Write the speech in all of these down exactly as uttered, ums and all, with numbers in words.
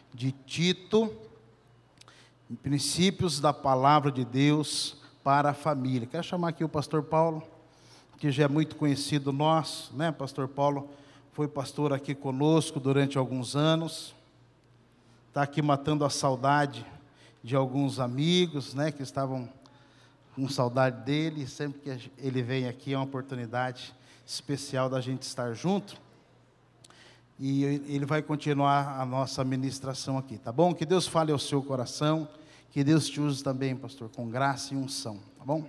de Tito, princípios da palavra de Deus para a família. Quero chamar aqui o pastor Paulo, que já é muito conhecido nosso, né? Pastor Paulo foi pastor aqui conosco durante alguns anos, está aqui matando a saudade de alguns amigos, né? Que estavam com saudade dele. Sempre que ele vem aqui é uma oportunidade especial da gente estar junto. E ele vai continuar a nossa ministração aqui, tá bom? Que Deus fale ao seu coração, que Deus te use também, pastor, com graça e unção, tá bom?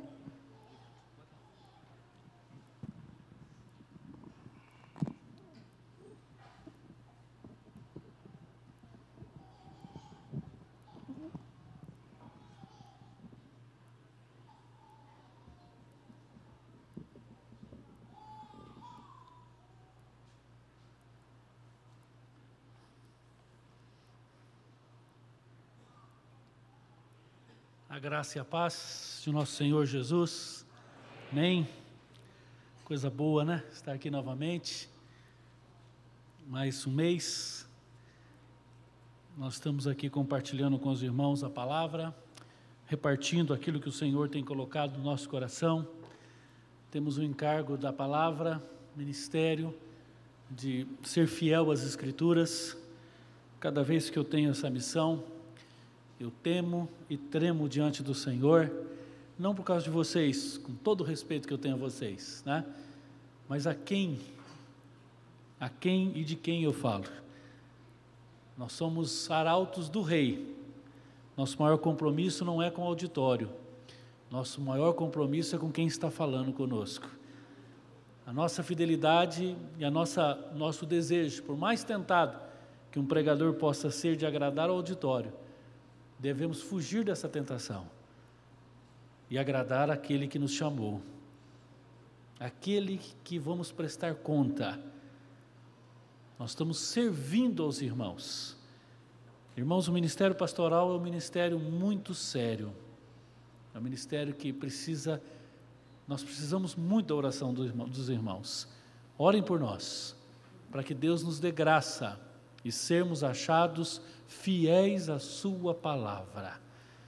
A graça e a paz de nosso Senhor Jesus, amém? Coisa boa, né? Estar aqui novamente, mais um mês, nós estamos aqui compartilhando com os irmãos a palavra, repartindo aquilo que o Senhor tem colocado no nosso coração. Temos o encargo da palavra, ministério, de ser fiel às Escrituras. Cada vez que eu tenho essa missão, eu temo e tremo diante do Senhor, não por causa de vocês, com todo o respeito que eu tenho a vocês, né? Mas a quem, a quem e de quem eu falo. Nós somos arautos do Rei. Nosso maior compromisso não é com o auditório, nosso maior compromisso é com quem está falando conosco. A nossa fidelidade e a nossa, nosso desejo, por mais tentado que um pregador possa ser de agradar ao auditório, devemos fugir dessa tentação e agradar aquele que nos chamou, aquele que vamos prestar conta. Nós estamos servindo aos irmãos. Irmãos, o ministério pastoral é um ministério muito sério, é um ministério que precisa, nós precisamos muito da oração dos irmãos. Orem por nós, para que Deus nos dê graça e sermos achados fiéis à sua palavra.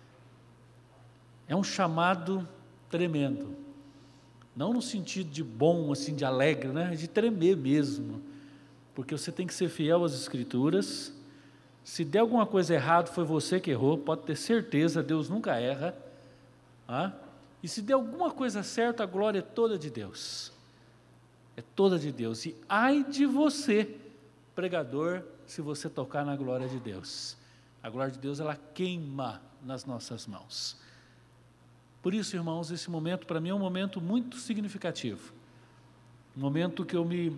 É um chamado tremendo, não no sentido de bom, assim, de alegre, né? De tremer mesmo, porque você tem que ser fiel às Escrituras. Se der alguma coisa errada, foi você que errou, pode ter certeza, Deus nunca erra, ah? E se der alguma coisa certa, a glória é toda de Deus, é toda de Deus, e ai de você, pregador, se você tocar na glória de Deus. A glória de Deus, ela queima nas nossas mãos. Por isso, irmãos, esse momento para mim é um momento muito significativo, um momento que eu me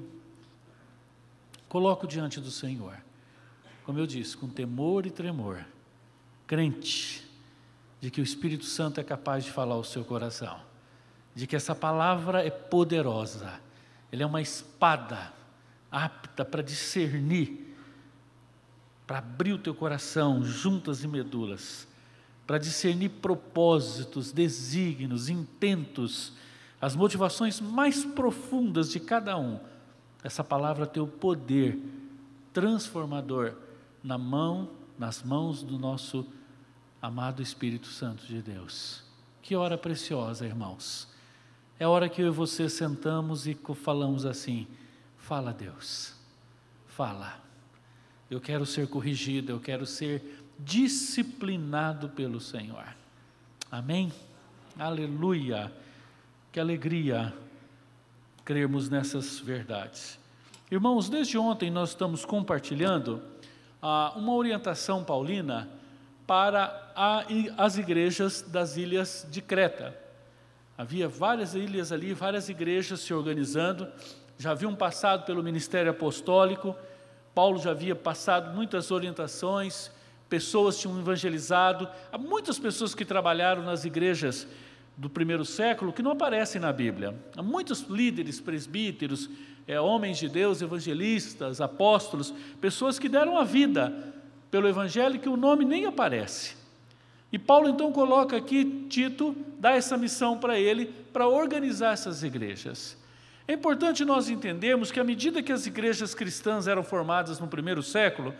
coloco diante do Senhor, como eu disse, com temor e tremor, crente de que o Espírito Santo é capaz de falar ao seu coração, de que essa palavra é poderosa, ela é uma espada apta para discernir, para abrir o teu coração, juntas e medulas, para discernir propósitos, desígnios, intentos, as motivações mais profundas de cada um. Essa palavra tem o poder transformador na mão, nas mãos do nosso amado Espírito Santo de Deus. Que hora preciosa, irmãos. É a hora que eu e você sentamos e falamos assim: fala, Deus, fala. Eu quero ser corrigido, eu quero ser disciplinado pelo Senhor. Amém? Aleluia! Que alegria crermos nessas verdades. Irmãos, desde ontem nós estamos compartilhando ah, uma orientação paulina para a, as igrejas das ilhas de Creta. Havia várias ilhas ali, várias igrejas se organizando, já haviam passado pelo ministério apostólico. Paulo já havia passado muitas orientações, pessoas tinham evangelizado. Há muitas pessoas que trabalharam nas igrejas do primeiro século que não aparecem na Bíblia. Há muitos líderes, presbíteros, é, homens de Deus, evangelistas, apóstolos, pessoas que deram a vida pelo evangelho que o nome nem aparece. E Paulo então coloca aqui, Tito dá essa missão para ele, para organizar essas igrejas. É importante nós entendermos que à medida que as igrejas cristãs eram formadas no primeiro século,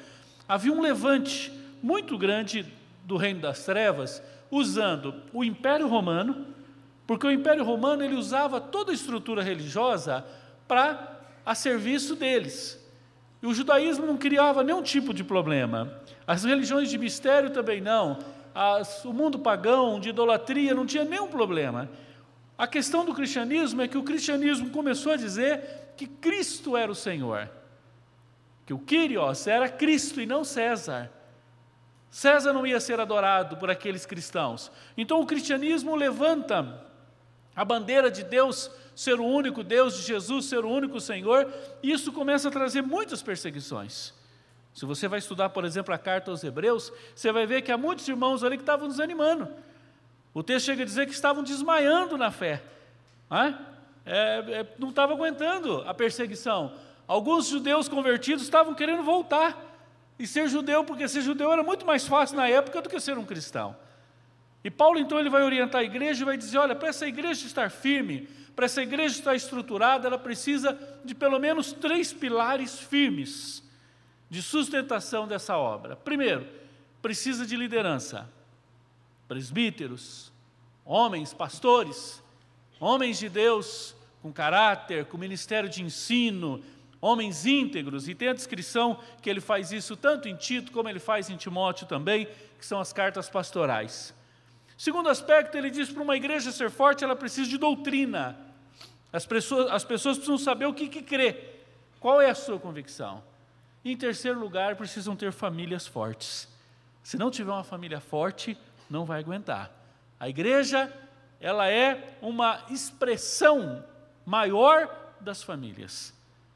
havia um levante muito grande do reino das trevas, usando o Império Romano, porque o Império Romano ele usava toda a estrutura religiosa para a serviço deles. E o judaísmo não criava nenhum tipo de problema. As religiões de mistério também não. As, o mundo pagão, de idolatria, não tinha nenhum problema. A questão do cristianismo é que o cristianismo começou a dizer que Cristo era o Senhor. Que o Kyrios era Cristo e não César. César não ia ser adorado por aqueles cristãos. Então o cristianismo levanta a bandeira de Deus ser o único Deus, de Jesus ser o único Senhor, e isso começa a trazer muitas perseguições. Se você vai estudar, por exemplo, a carta aos Hebreus, você vai ver que há muitos irmãos ali que estavam desanimando. O texto chega a dizer que estavam desmaiando na fé. É, é, não estavam aguentando a perseguição. Alguns judeus convertidos estavam querendo voltar e ser judeu, porque ser judeu era muito mais fácil na época do que ser um cristão. E Paulo, então, ele vai orientar a igreja e vai dizer, olha, para essa igreja estar firme, para essa igreja estar estruturada, ela precisa de pelo menos três pilares firmes de sustentação dessa obra. Primeiro, precisa de liderança. Presbíteros, homens, pastores, homens de Deus com caráter, com ministério de ensino, homens íntegros, e tem a descrição que ele faz isso tanto em Tito como ele faz em Timóteo também, que são as cartas pastorais. Segundo aspecto, ele diz para uma igreja ser forte, ela precisa de doutrina. As pessoas, as pessoas precisam saber o que, que crê, qual é a sua convicção. E em terceiro lugar, precisam ter famílias fortes. Se não tiver uma família forte, não vai aguentar. A igreja, ela é uma expressão maior das famílias.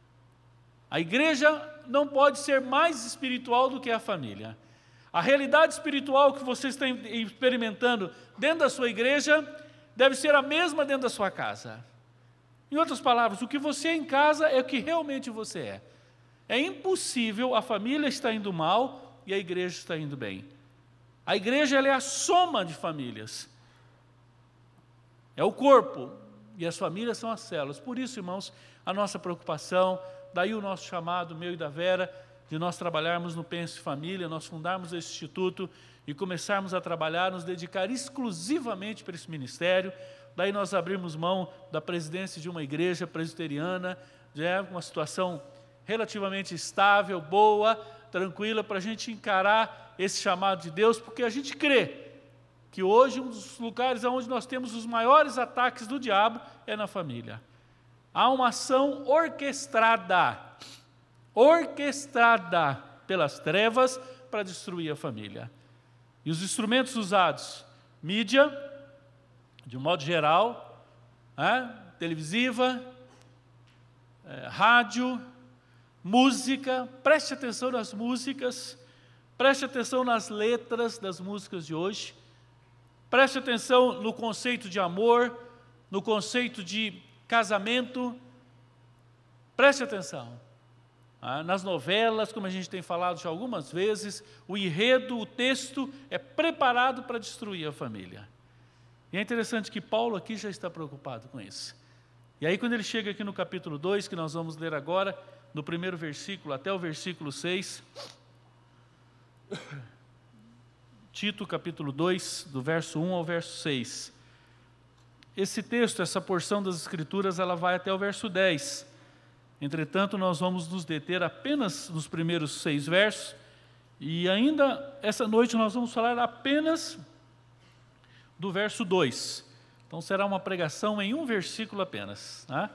A igreja não pode ser mais espiritual do que a família. A realidade espiritual que você está experimentando dentro da sua igreja deve ser a mesma dentro da sua casa. Em outras palavras, o que você é em casa é o que realmente você é. É impossível a família estar indo mal e a igreja estar indo bem. A igreja ela é a soma de famílias. É o corpo e as famílias são as células. Por isso, irmãos, a nossa preocupação, daí o nosso chamado, meu e da Vera, de nós trabalharmos no Pense Família, nós fundarmos esse instituto e começarmos a trabalhar, nos dedicar exclusivamente para esse ministério. Daí nós abrimos mão da presidência de uma igreja presbiteriana, já é uma situação relativamente estável, boa, tranquila, para a gente encarar esse chamado de Deus, porque a gente crê que hoje um dos lugares onde nós temos os maiores ataques do diabo é na família. Há uma ação orquestrada, orquestrada pelas trevas para destruir a família. E os instrumentos usados, mídia, de um modo geral, é, televisiva, é, rádio, música, preste atenção nas músicas, preste atenção nas letras das músicas de hoje, preste atenção no conceito de amor, no conceito de casamento, preste atenção. Ah, nas novelas, como a gente tem falado já algumas vezes, o enredo, o texto é preparado para destruir a família. E é interessante que Paulo aqui já está preocupado com isso. E aí quando ele chega aqui no capítulo dois, que nós vamos ler agora, no primeiro versículo até o versículo seis, Tito capítulo dois, do verso um ao verso seis. Esse texto, essa porção das Escrituras, ela vai até o verso dez. Entretanto, nós vamos nos deter apenas nos primeiros seis versos, e ainda essa noite nós vamos falar apenas do verso dois. Então será uma pregação em um versículo apenas, né?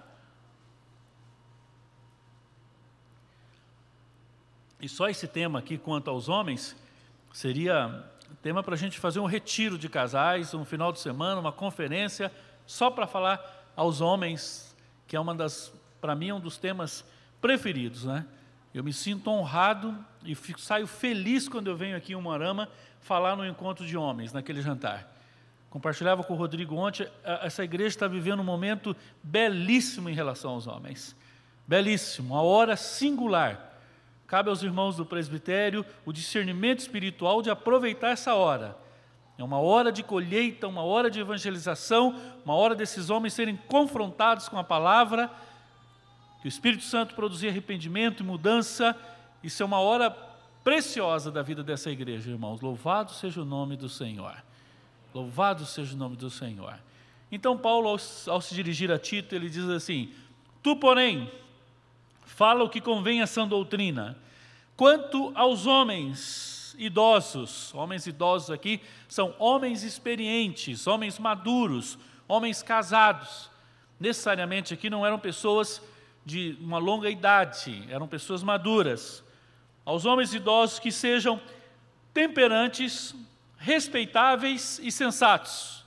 E só esse tema aqui, quanto aos homens, seria tema para a gente fazer um retiro de casais, um final de semana, uma conferência, só para falar aos homens, que é uma das, para mim, um dos temas preferidos, né? Eu me sinto honrado e fico, saio feliz quando eu venho aqui em Umuarama falar no encontro de homens, naquele jantar. Compartilhava com o Rodrigo ontem, essa igreja está vivendo um momento belíssimo em relação aos homens. Belíssimo, uma hora singular. Cabe aos irmãos do presbitério o discernimento espiritual de aproveitar essa hora. É uma hora de colheita, uma hora de evangelização, uma hora desses homens serem confrontados com a palavra, que o Espírito Santo produzir arrependimento e mudança. Isso é uma hora preciosa da vida dessa igreja, irmãos. Louvado seja o nome do Senhor. Louvado seja o nome do Senhor. Então, Paulo, ao, ao se dirigir a Tito, ele diz assim: tu, porém, fala o que convém à sã doutrina. Quanto aos homens idosos, homens idosos aqui são homens experientes, homens maduros, homens casados. Necessariamente aqui não eram pessoas de uma longa idade, eram pessoas maduras. Aos homens idosos que sejam temperantes, respeitáveis e sensatos.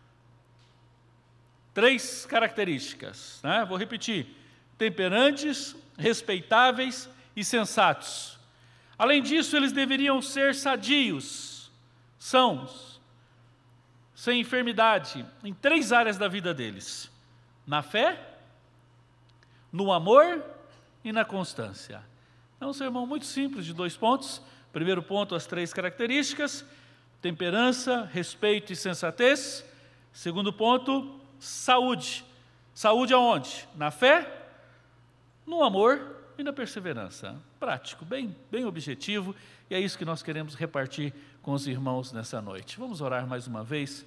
Três características, né? Vou repetir: temperantes, respeitáveis e sensatos. Além disso, eles deveriam ser sadios, sãos, sem enfermidade, em três áreas da vida deles: na fé, no amor e na constância. É um sermão muito simples, de dois pontos. Primeiro ponto, as três características: temperança, respeito e sensatez. Segundo ponto, saúde. Saúde aonde? Na fé, no amor e na perseverança. Prático, bem, bem objetivo, e é isso que nós queremos repartir com os irmãos nessa noite. Vamos orar mais uma vez.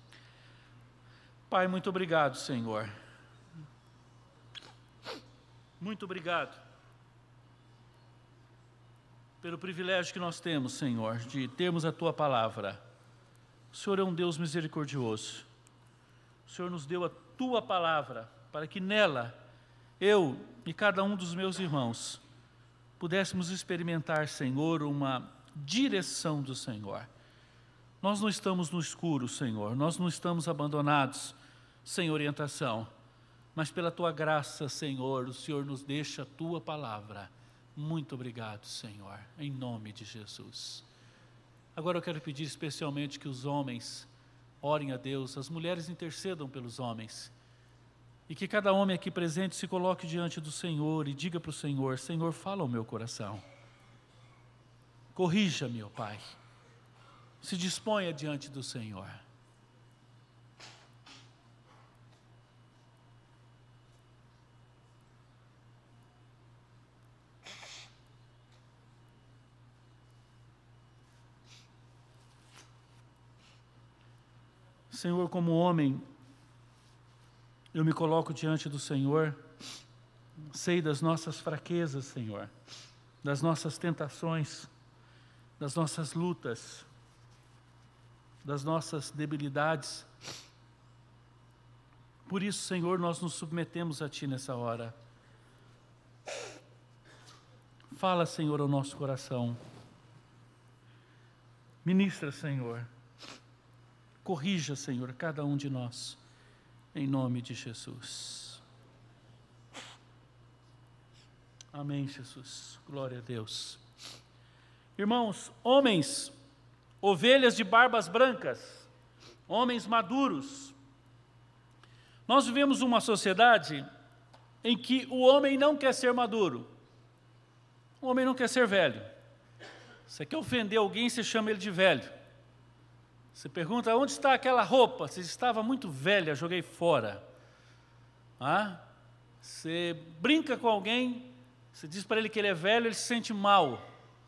Pai, muito obrigado, Senhor. Muito obrigado pelo privilégio que nós temos, Senhor, de termos a Tua palavra. O Senhor é um Deus misericordioso. O Senhor nos deu a Tua palavra para que nela eu e cada um dos meus irmãos pudéssemos experimentar, Senhor, uma direção do Senhor. Nós não estamos no escuro, Senhor, nós não estamos abandonados sem orientação, mas pela Tua graça, Senhor, o Senhor nos deixa a Tua palavra. Muito obrigado, Senhor, em nome de Jesus. Agora eu quero pedir especialmente que os homens orem a Deus, as mulheres intercedam pelos homens, e que cada homem aqui presente se coloque diante do Senhor e diga para o Senhor: Senhor, fala ao meu coração. Corrija-me, ó Pai. Se disponha diante do Senhor. Senhor, como homem, eu me coloco diante do Senhor, sei das nossas fraquezas, Senhor, das nossas tentações, das nossas lutas, das nossas debilidades. Por isso, Senhor, nós nos submetemos a Ti nessa hora. Fala, Senhor, ao nosso coração. Ministra, Senhor. Corrija, Senhor, cada um de nós, em nome de Jesus. Amém, Jesus. Glória a Deus. Irmãos, homens, ovelhas de barbas brancas, homens maduros. Nós vivemos uma sociedade em que o homem não quer ser maduro. O homem não quer ser velho. Você quer ofender alguém, você chama ele de velho. Você pergunta: onde está aquela roupa? Você estava muito velha, joguei fora. Ah? Você brinca com alguém, você diz para ele que ele é velho, ele se sente mal.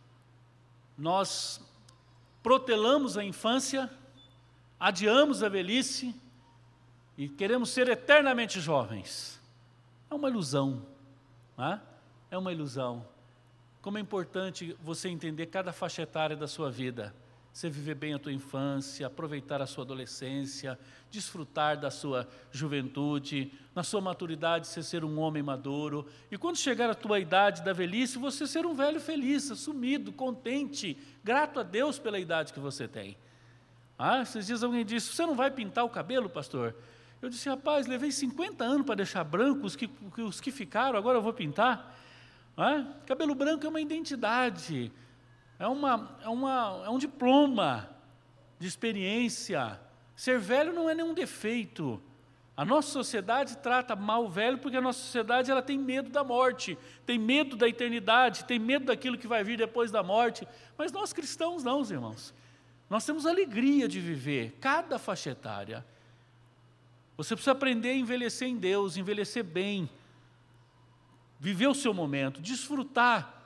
Nós protelamos a infância, adiamos a velhice e queremos ser eternamente jovens. É uma ilusão. Ah? É uma ilusão. Como é importante você entender cada faixa etária da sua vida. Você viver bem a tua infância, aproveitar a sua adolescência, desfrutar da sua juventude, na sua maturidade você ser um homem maduro, e quando chegar a tua idade da velhice, você ser um velho feliz, assumido, contente, grato a Deus pela idade que você tem. Ah, esses dias alguém disse: você não vai pintar o cabelo, pastor? Eu disse: rapaz, levei cinquenta anos para deixar branco, os que, os que ficaram, agora eu vou pintar. Ah, cabelo branco é uma identidade. É, uma, é, uma, é um diploma de experiência. Ser velho não é nenhum defeito. A nossa sociedade trata mal o velho porque a nossa sociedade ela tem medo da morte, tem medo da eternidade, tem medo daquilo que vai vir depois da morte. Mas nós cristãos não, irmãos. Nós temos alegria de viver cada faixa etária. Você precisa aprender a envelhecer em Deus, envelhecer bem, viver o seu momento, desfrutar.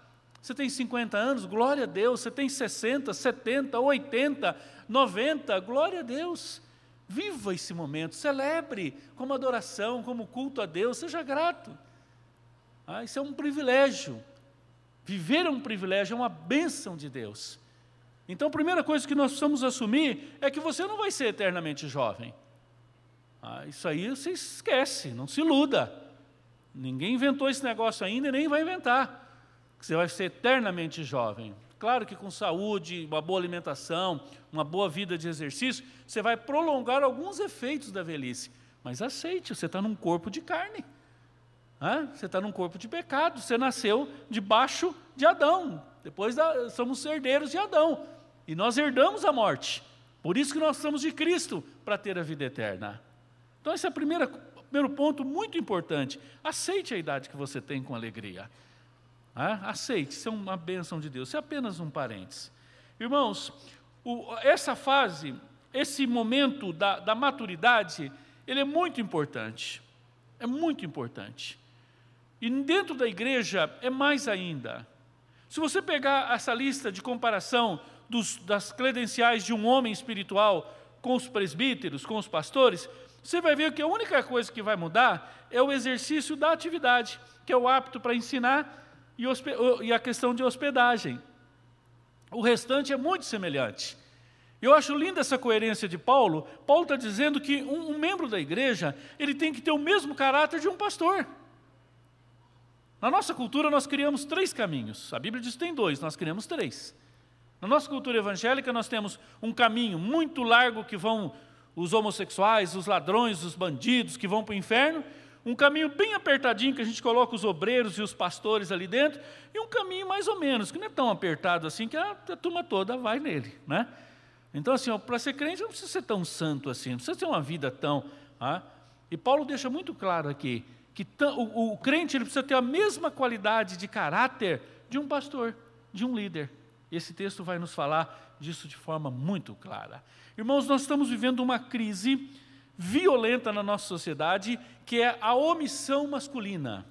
Você tem cinquenta anos, glória a Deus. Você tem sessenta, setenta, oitenta, noventa, glória a Deus. Viva esse momento, celebre como adoração, como culto a Deus, seja grato. Ah, isso é um privilégio. Viver é um privilégio, é uma bênção de Deus. Então, a primeira coisa que nós precisamos assumir é que você não vai ser eternamente jovem. Ah, isso aí você esquece, não se iluda. Ninguém inventou esse negócio ainda e nem vai inventar. Você vai ser eternamente jovem. Claro que com saúde, uma boa alimentação, uma boa vida de exercício, você vai prolongar alguns efeitos da velhice. Mas aceite, você está num corpo de carne. Ah, você está num corpo de pecado. Você nasceu debaixo de Adão. Depois da, somos herdeiros de Adão. E nós herdamos a morte. Por isso que nós somos de Cristo, para ter a vida eterna. Então esse é o primeiro, primeiro ponto muito importante. Aceite a idade que você tem com alegria. Ah, aceite, isso é uma bênção de Deus, isso é apenas um parênteses. Irmãos, o, essa fase, esse momento da, da maturidade, ele é muito importante, é muito importante. E dentro da igreja é mais ainda. Se você pegar essa lista de comparação dos, das credenciais de um homem espiritual com os presbíteros, com os pastores, você vai ver que a única coisa que vai mudar é o exercício da atividade, que é o apto para ensinar, e a questão de hospedagem. O restante é muito semelhante. Eu acho linda essa coerência de Paulo. Paulo está dizendo que um, um membro da igreja, ele tem que ter o mesmo caráter de um pastor. Na nossa cultura nós criamos três caminhos. A Bíblia diz que tem dois, nós criamos três. Na nossa cultura evangélica nós temos um caminho muito largo que vão os homossexuais, os ladrões, os bandidos que vão para o inferno, um caminho bem apertadinho, que a gente coloca os obreiros e os pastores ali dentro, e um caminho mais ou menos, que não é tão apertado assim, que a, a turma toda vai nele, né? Então, assim, para ser crente não precisa ser tão santo assim, não precisa ter uma vida tão... Ah, e Paulo deixa muito claro aqui, que tam, o, o crente ele precisa ter a mesma qualidade de caráter de um pastor, de um líder. Esse texto vai nos falar disso de forma muito clara. Irmãos, nós estamos vivendo uma crise violenta na nossa sociedade, que é a omissão masculina,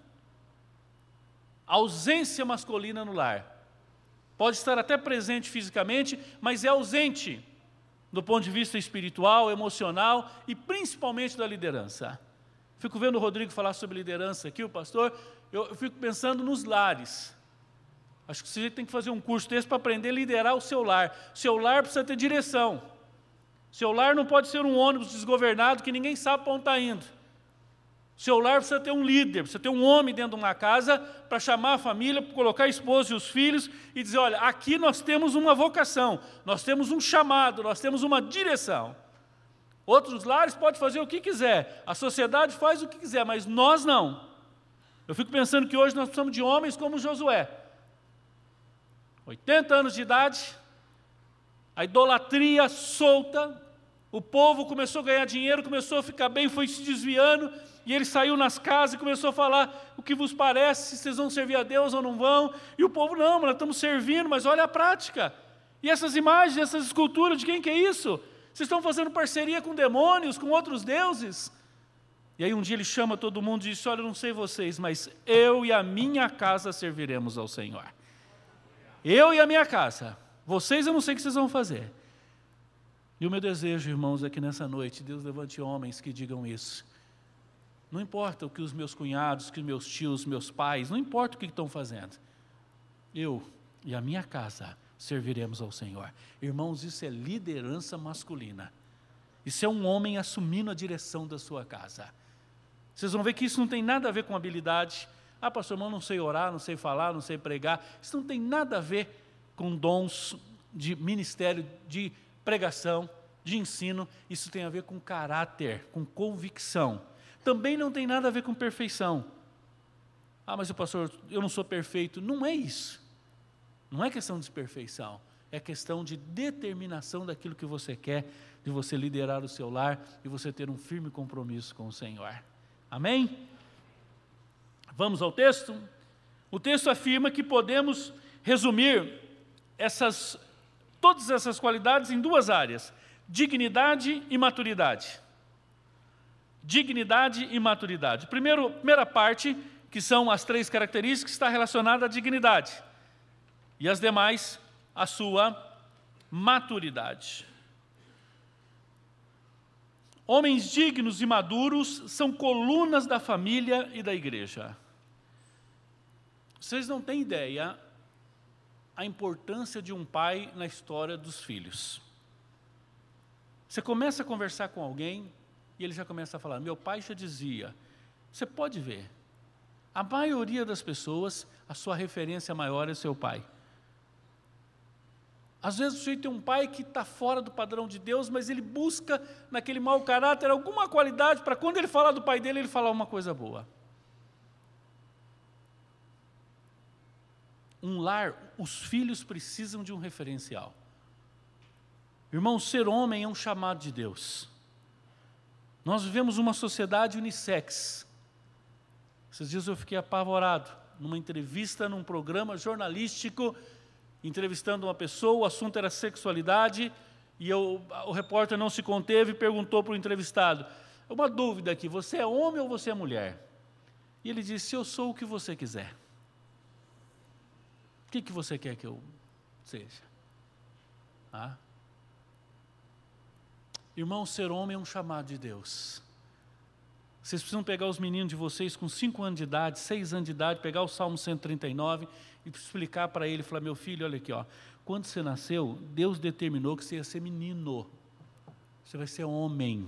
a ausência masculina no lar. Pode estar até presente fisicamente, mas é ausente do ponto de vista espiritual, emocional e principalmente da liderança. Fico vendo o Rodrigo falar sobre liderança aqui, o pastor, eu, eu fico pensando nos lares. Acho que você tem que fazer um curso desse para aprender a liderar o seu lar. O seu lar precisa ter direção. Seu lar não pode ser um ônibus desgovernado que ninguém sabe para onde está indo. Seu lar precisa ter um líder, precisa ter um homem dentro de uma casa para chamar a família, para colocar a esposa e os filhos e dizer, olha, aqui nós temos uma vocação, nós temos um chamado, nós temos uma direção. Outros lares podem fazer o que quiser, a sociedade faz o que quiser, mas nós não. Eu fico pensando que hoje nós precisamos de homens como Josué. oitenta anos de idade, a idolatria solta, o povo começou a ganhar dinheiro, começou a ficar bem, foi se desviando, e ele saiu nas casas e começou a falar o que vos parece, se vocês vão servir a Deus ou não vão, e o povo, não, nós estamos servindo, mas olha a prática, e essas imagens, essas esculturas, de quem que é isso? Vocês estão fazendo parceria com demônios, com outros deuses? E aí um dia ele chama todo mundo e diz, olha, eu não sei vocês, mas eu e a minha casa serviremos ao Senhor. Eu e a minha casa, vocês eu não sei o que vocês vão fazer. E o meu desejo, irmãos, é que nessa noite Deus levante homens que digam isso. Não importa o que os meus cunhados, que meus tios, meus pais, não importa o que estão fazendo. Eu e a minha casa serviremos ao Senhor. Irmãos, isso é liderança masculina. Isso é um homem assumindo a direção da sua casa. Vocês vão ver que isso não tem nada a ver com habilidade. Ah, pastor, irmão, não sei orar, não sei falar, não sei pregar. Isso não tem nada a ver com dons de ministério, de pregação, de ensino. Isso tem a ver com caráter, com convicção. Também não tem nada a ver com perfeição. Ah, mas o pastor, eu não sou perfeito. Não é isso. Não é questão de perfeição. É questão de determinação daquilo que você quer, de você liderar o seu lar e você ter um firme compromisso com o Senhor. Amém? Vamos ao texto? O texto afirma que podemos resumir essas, todas essas qualidades em duas áreas: dignidade e maturidade. Dignidade e maturidade. Primeiro, primeira parte, que são as três características, está relacionada à dignidade. e as demais, a sua maturidade. Homens dignos e maduros são colunas da família e da igreja. Vocês não têm ideia a importância de um pai na história dos filhos. Você começa a conversar com alguém e ele já começa a falar, meu pai já dizia. Você pode ver, a maioria das pessoas, a sua referência maior é seu pai. Às vezes o sujeito tem um pai que está fora do padrão de Deus, mas ele busca naquele mau caráter alguma qualidade para quando ele falar do pai dele, ele falar uma coisa boa. Um lar, os filhos precisam de um referencial. Irmão, ser homem é um chamado de Deus. Nós vivemos uma sociedade unissex. Esses dias eu fiquei apavorado, numa entrevista, num programa jornalístico, entrevistando uma pessoa, o assunto era sexualidade, e eu, o repórter não se conteve e perguntou para o entrevistado, uma dúvida aqui, você é homem ou você é mulher? E ele disse, eu sou o que você quiser. O que, que você quer que eu seja? Ah? Irmão, ser homem é um chamado de Deus. Vocês precisam pegar os meninos de vocês com cinco anos de idade, seis anos de idade, pegar o Salmo cento e trinta e nove e explicar para ele, falar, meu filho, olha aqui, ó, quando você nasceu, Deus determinou que você ia ser menino. Você vai ser homem.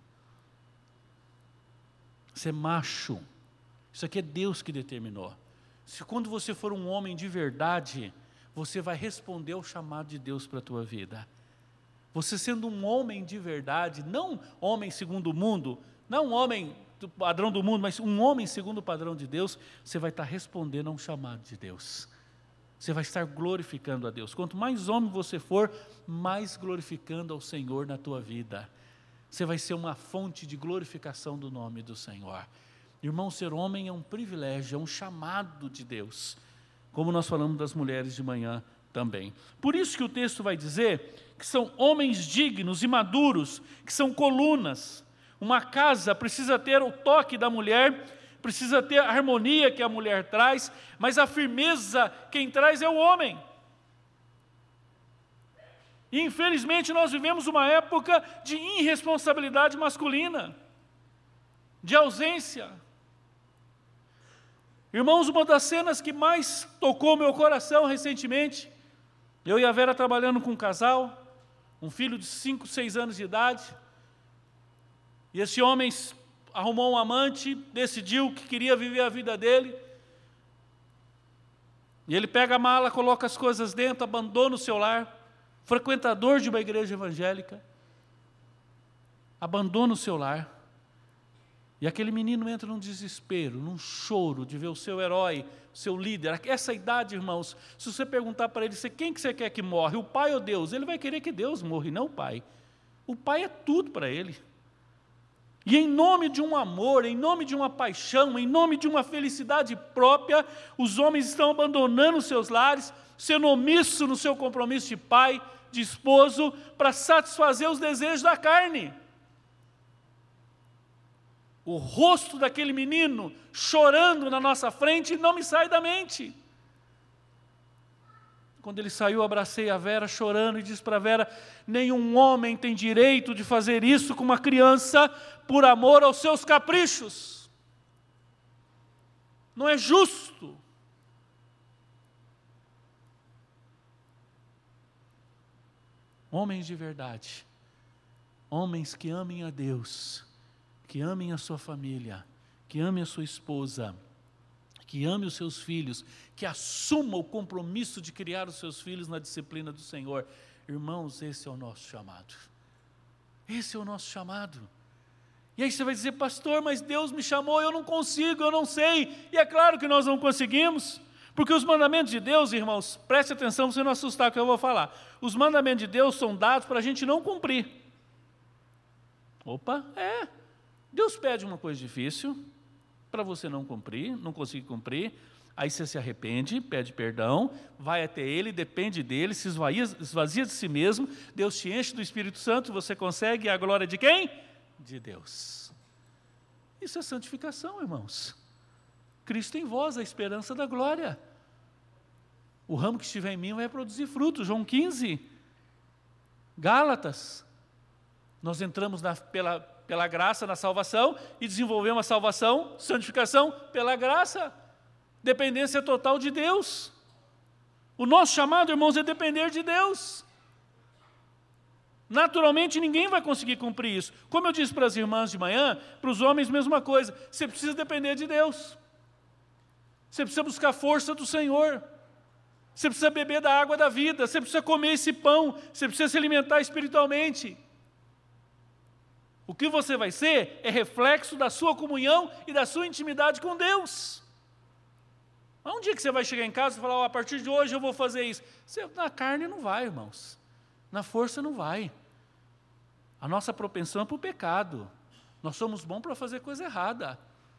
Você é macho. Isso aqui é Deus que determinou. Se quando você for um homem de verdade, você vai responder ao chamado de Deus para a tua vida. Você sendo um homem de verdade, não homem segundo o mundo, não um homem do padrão do mundo, mas um homem segundo o padrão de Deus, você vai estar respondendo a um chamado de Deus. Você vai estar glorificando a Deus. Quanto mais homem você for, mais glorificando ao Senhor na tua vida. Você vai ser uma fonte de glorificação do nome do Senhor. Irmão, ser homem é um privilégio, é um chamado de Deus, como nós falamos das mulheres de manhã também. Por isso que o texto vai dizer que são homens dignos e maduros, que são colunas. Uma casa precisa ter o toque da mulher, precisa ter a harmonia que a mulher traz, mas a firmeza quem traz é o homem. E infelizmente nós vivemos uma época de irresponsabilidade masculina, de ausência. Irmãos, uma das cenas que mais tocou meu coração recentemente, eu e a Vera trabalhando com um casal, um filho de cinco, seis anos de idade, e esse homem arrumou um amante, decidiu que queria viver a vida dele, e ele pega a mala, coloca as coisas dentro, abandona o seu lar, frequentador de uma igreja evangélica, abandona o seu lar, e aquele menino entra num desespero, num choro de ver o seu herói, o seu líder. Essa idade, irmãos, se você perguntar para ele, quem que você quer que morre, o pai ou Deus? Ele vai querer que Deus morra, e não o pai. O pai é tudo para ele. E em nome de um amor, em nome de uma paixão, em nome de uma felicidade própria, os homens estão abandonando os seus lares, sendo omisso no seu compromisso de pai, de esposo, para satisfazer os desejos da carne. O rosto daquele menino chorando na nossa frente não me sai da mente. Quando ele saiu, eu abracei a Vera chorando e disse para a Vera, nenhum homem tem direito de fazer isso com uma criança por amor aos seus caprichos. Não é justo. Homens de verdade, homens que amem a Deus, que amem a sua família, que amem a sua esposa, que ame os seus filhos, que assuma o compromisso de criar os seus filhos na disciplina do Senhor. Irmãos, esse é o nosso chamado. Esse é o nosso chamado. E aí você vai dizer, pastor, mas Deus me chamou, eu não consigo, eu não sei. E é claro que nós não conseguimos, porque os mandamentos de Deus, irmãos, preste atenção para você não assustar com o que eu vou falar. Os mandamentos de Deus são dados para a gente não cumprir. Opa, é. Deus pede uma coisa difícil para você não cumprir, não conseguir cumprir, aí você se arrepende, pede perdão, vai até Ele, depende dEle, se esvazia, esvazia de si mesmo, Deus te enche do Espírito Santo, você consegue, e a glória de quem? De Deus. Isso é santificação, irmãos. Cristo em vós, a esperança da glória. O ramo que estiver em mim vai produzir frutos. João quinze. Gálatas. Nós entramos na, pela, pela graça na salvação e desenvolvemos a salvação, santificação pela graça. Dependência total de Deus. O nosso chamado, irmãos, é depender de Deus. Naturalmente, ninguém vai conseguir cumprir isso. Como eu disse para as irmãs de manhã, para os homens, mesma coisa. Você precisa depender de Deus. Você precisa buscar força do Senhor. Você precisa beber da água da vida. Você precisa comer esse pão. Você precisa se alimentar espiritualmente. O que você vai ser é reflexo da sua comunhão e da sua intimidade com Deus. Há um dia que você vai chegar em casa e falar, oh, a partir de hoje eu vou fazer isso. Você, na carne não vai, irmãos. Na força não vai. A nossa propensão é para o pecado. Nós somos bons para fazer coisa errada.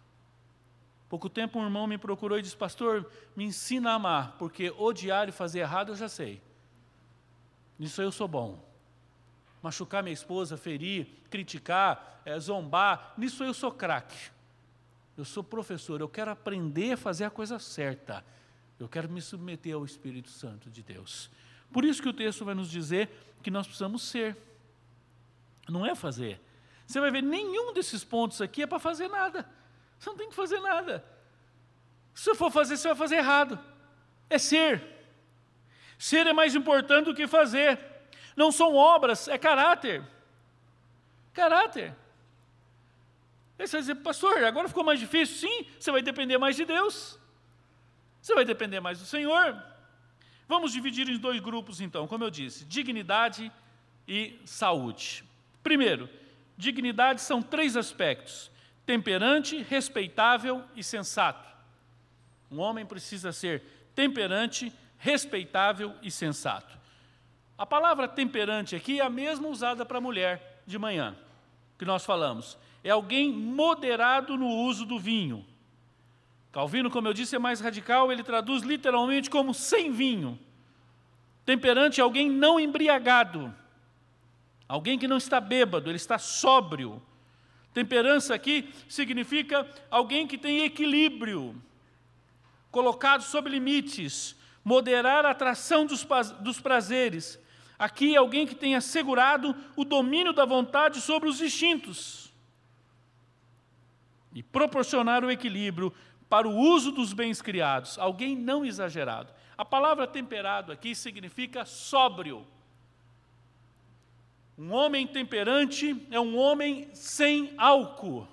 Pouco tempo um irmão me procurou e disse, pastor, me ensina a amar, porque odiar e fazer errado eu já sei. Nisso eu sou bom. Machucar minha esposa, ferir, criticar, é, zombar, nisso eu sou craque. Eu sou professor, eu quero aprender a fazer a coisa certa. Eu quero me submeter ao Espírito Santo de Deus. Por isso que o texto vai nos dizer que nós precisamos ser. Não é fazer. Você vai ver, nenhum desses pontos aqui é para fazer nada. Você não tem que fazer nada. Se você for fazer, você vai fazer errado. É ser. Ser é mais importante do que fazer. Não são obras, é caráter. Caráter. Aí você vai dizer, pastor, agora ficou mais difícil? Sim, você vai depender mais de Deus. Você vai depender mais do Senhor. Vamos dividir em dois grupos, então, como eu disse, dignidade e saúde. Primeiro, dignidade são três aspectos: temperante, respeitável e sensato. Um homem precisa ser temperante, respeitável e sensato. A palavra temperante aqui é a mesma usada para a mulher de manhã, que nós falamos. É alguém moderado no uso do vinho. Calvino, como eu disse, é mais radical, ele traduz literalmente como sem vinho. Temperante é alguém não embriagado, alguém que não está bêbado, ele está sóbrio. Temperança aqui significa alguém que tem equilíbrio, colocado sob limites, moderar a atração dos, dos prazeres. Aqui é alguém que tem assegurado o domínio da vontade sobre os instintos e proporcionar o equilíbrio para o uso dos bens criados, alguém não exagerado. A palavra temperado aqui significa sóbrio. Um homem temperante é um homem sem álcool,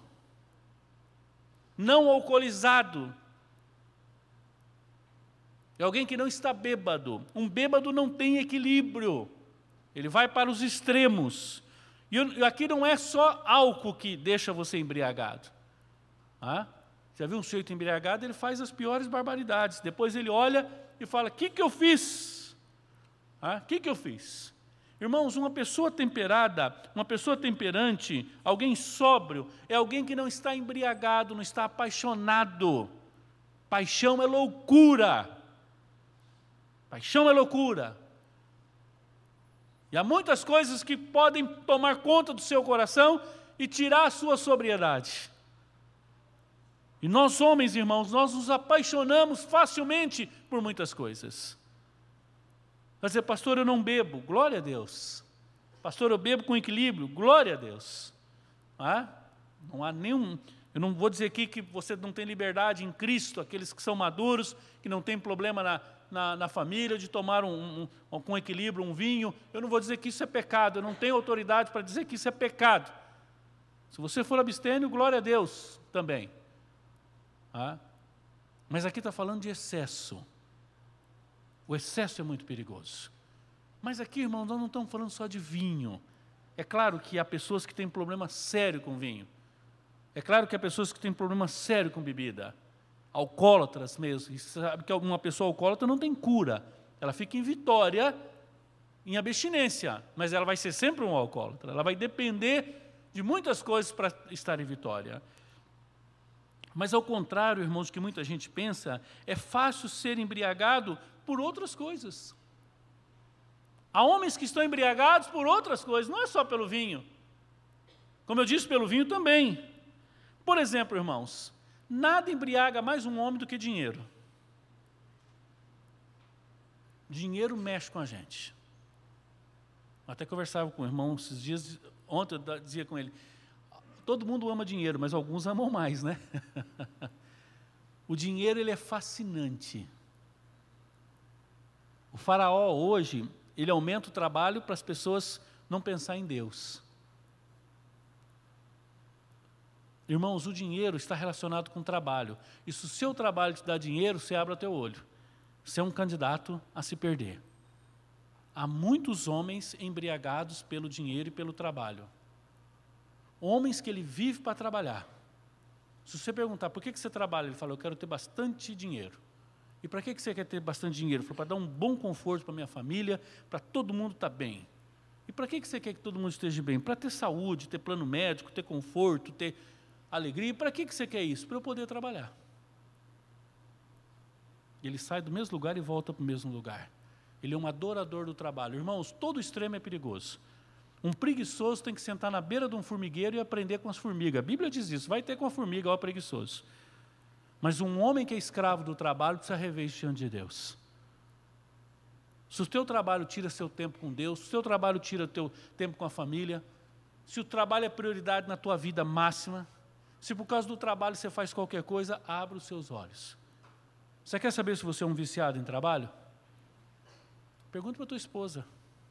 não alcoolizado. É alguém que não está bêbado. Um bêbado não tem equilíbrio, ele vai para os extremos. E aqui não é só álcool que deixa você embriagado. Ah? Já viu um sujeito embriagado, ele faz as piores barbaridades. Depois ele olha e fala, o que, que eu fiz? O ah? que, que eu fiz? Irmãos, uma pessoa temperada, uma pessoa temperante, alguém sóbrio, é alguém que não está embriagado, não está apaixonado. Paixão é loucura. Paixão é loucura. E há muitas coisas que podem tomar conta do seu coração e tirar a sua sobriedade. E nós homens, irmãos, nós nos apaixonamos facilmente por muitas coisas. Vai dizer, pastor, eu não bebo, glória a Deus. Pastor, eu bebo com equilíbrio, glória a Deus. Ah, não há nenhum... Eu não vou dizer aqui que você não tem liberdade em Cristo, aqueles que são maduros, que não tem problema na, na, na família de tomar um, um, com equilíbrio um vinho. Eu não vou dizer que isso é pecado, eu não tenho autoridade para dizer que isso é pecado. Se você for abstêmio, glória a Deus também. Ah, mas aqui está falando de excesso. O excesso é muito perigoso. Mas aqui, irmãos, nós não estamos falando só de vinho. É claro que há pessoas que têm problema sério com vinho. É claro que há pessoas que têm problema sério com bebida. Alcoólatras mesmo. E sabe que uma pessoa alcoólatra não tem cura. Ela fica em vitória, em abstinência. Mas ela vai ser sempre um alcoólatra. Ela vai depender de muitas coisas para estar em vitória. Mas ao contrário, irmãos, do que muita gente pensa, é fácil ser embriagado por outras coisas. Há homens que estão embriagados por outras coisas, não é só pelo vinho. Como eu disse, pelo vinho também. Por exemplo, irmãos, nada embriaga mais um homem do que dinheiro. Dinheiro mexe com a gente. Eu até conversava com o irmão esses dias, ontem eu dizia com ele, todo mundo ama dinheiro, mas alguns amam mais, né? O dinheiro, ele é fascinante. O faraó hoje, ele aumenta o trabalho para as pessoas não pensar em Deus. Irmãos, o dinheiro está relacionado com o trabalho. E se o seu trabalho te dá dinheiro, você abre o teu olho. Você é um candidato a se perder. Há muitos homens embriagados pelo dinheiro e pelo trabalho. Homens que ele vive para trabalhar. Se você perguntar, por que você trabalha? Ele fala, eu quero ter bastante dinheiro. E para que você quer ter bastante dinheiro? Ele fala, para dar um bom conforto para a minha família, para todo mundo estar bem. E para que você quer que todo mundo esteja bem? Para ter saúde, ter plano médico, ter conforto, ter alegria. E para que você quer isso? Para eu poder trabalhar. Ele sai do mesmo lugar e volta para o mesmo lugar. Ele é um adorador do trabalho. Irmãos, todo extremo é perigoso. Um preguiçoso tem que sentar na beira de um formigueiro e aprender com as formigas. A Bíblia diz isso, vai ter com a formiga, ó preguiçoso. Mas um homem que é escravo do trabalho precisa rever diante de Deus. Se o teu trabalho tira seu tempo com Deus, se o teu trabalho tira teu tempo com a família, se o trabalho é prioridade na tua vida máxima, se por causa do trabalho você faz qualquer coisa, abra os seus olhos. Você quer saber se você é um viciado em trabalho? Pergunta para a tua esposa.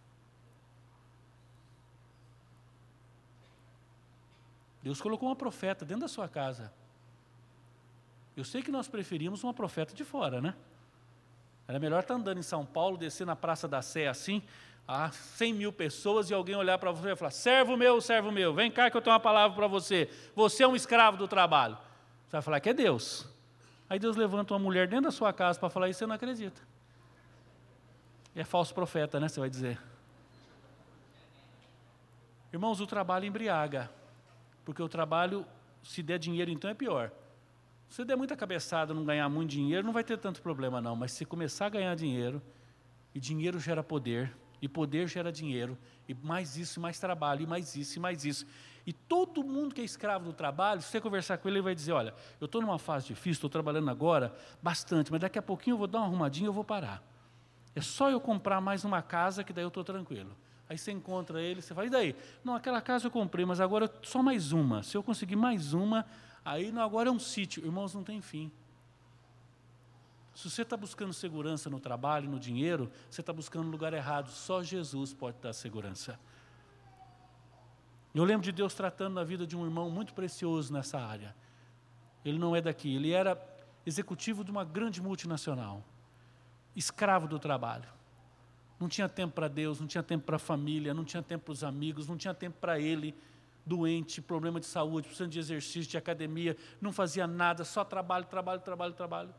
Deus colocou uma profeta dentro da sua casa. Eu sei que nós preferimos uma profeta de fora, né? Era melhor estar andando em São Paulo, descer na Praça da Sé assim, a cem mil pessoas e alguém olhar para você e falar, servo meu, servo meu, vem cá que eu tenho uma palavra para você. Você é um escravo do trabalho. Você vai falar que é Deus. Aí Deus levanta uma mulher dentro da sua casa para falar isso, você não acredita. É falso profeta, né? Você vai dizer. Irmãos, o trabalho embriaga. Porque o trabalho, se der dinheiro, então é pior. Se você der muita cabeçada, não ganhar muito dinheiro, não vai ter tanto problema não. Mas se começar a ganhar dinheiro, e dinheiro gera poder, e poder gera dinheiro, e mais isso, e mais trabalho, e mais isso, e mais isso. E todo mundo que é escravo do trabalho, se você conversar com ele, ele vai dizer, olha, eu estou numa fase difícil, estou trabalhando agora bastante, mas daqui a pouquinho eu vou dar uma arrumadinha e eu vou parar. É só eu comprar mais uma casa que daí eu estou tranquilo. Aí você encontra ele, você fala, e daí? Não, aquela casa eu comprei, mas agora só mais uma. Se eu conseguir mais uma, aí não, agora é um sítio. Irmãos, não tem fim. Se você está buscando segurança no trabalho, no dinheiro, você está buscando no lugar errado. Só Jesus pode dar segurança. Eu lembro de Deus tratando na vida de um irmão muito precioso nessa área. Ele não é daqui, ele era executivo de uma grande multinacional. Escravo do trabalho. Não tinha tempo para Deus, não tinha tempo para a família, não tinha tempo para os amigos, não tinha tempo para ele, doente, problema de saúde, precisando de exercício, de academia, não fazia nada, só trabalho, trabalho, trabalho, trabalho.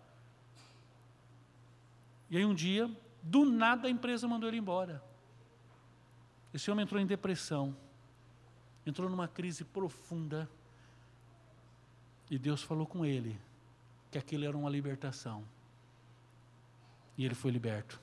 E aí um dia, do nada a empresa mandou ele embora. Esse homem entrou em depressão, entrou numa crise profunda, e Deus falou com ele que aquilo era uma libertação. E ele foi liberto.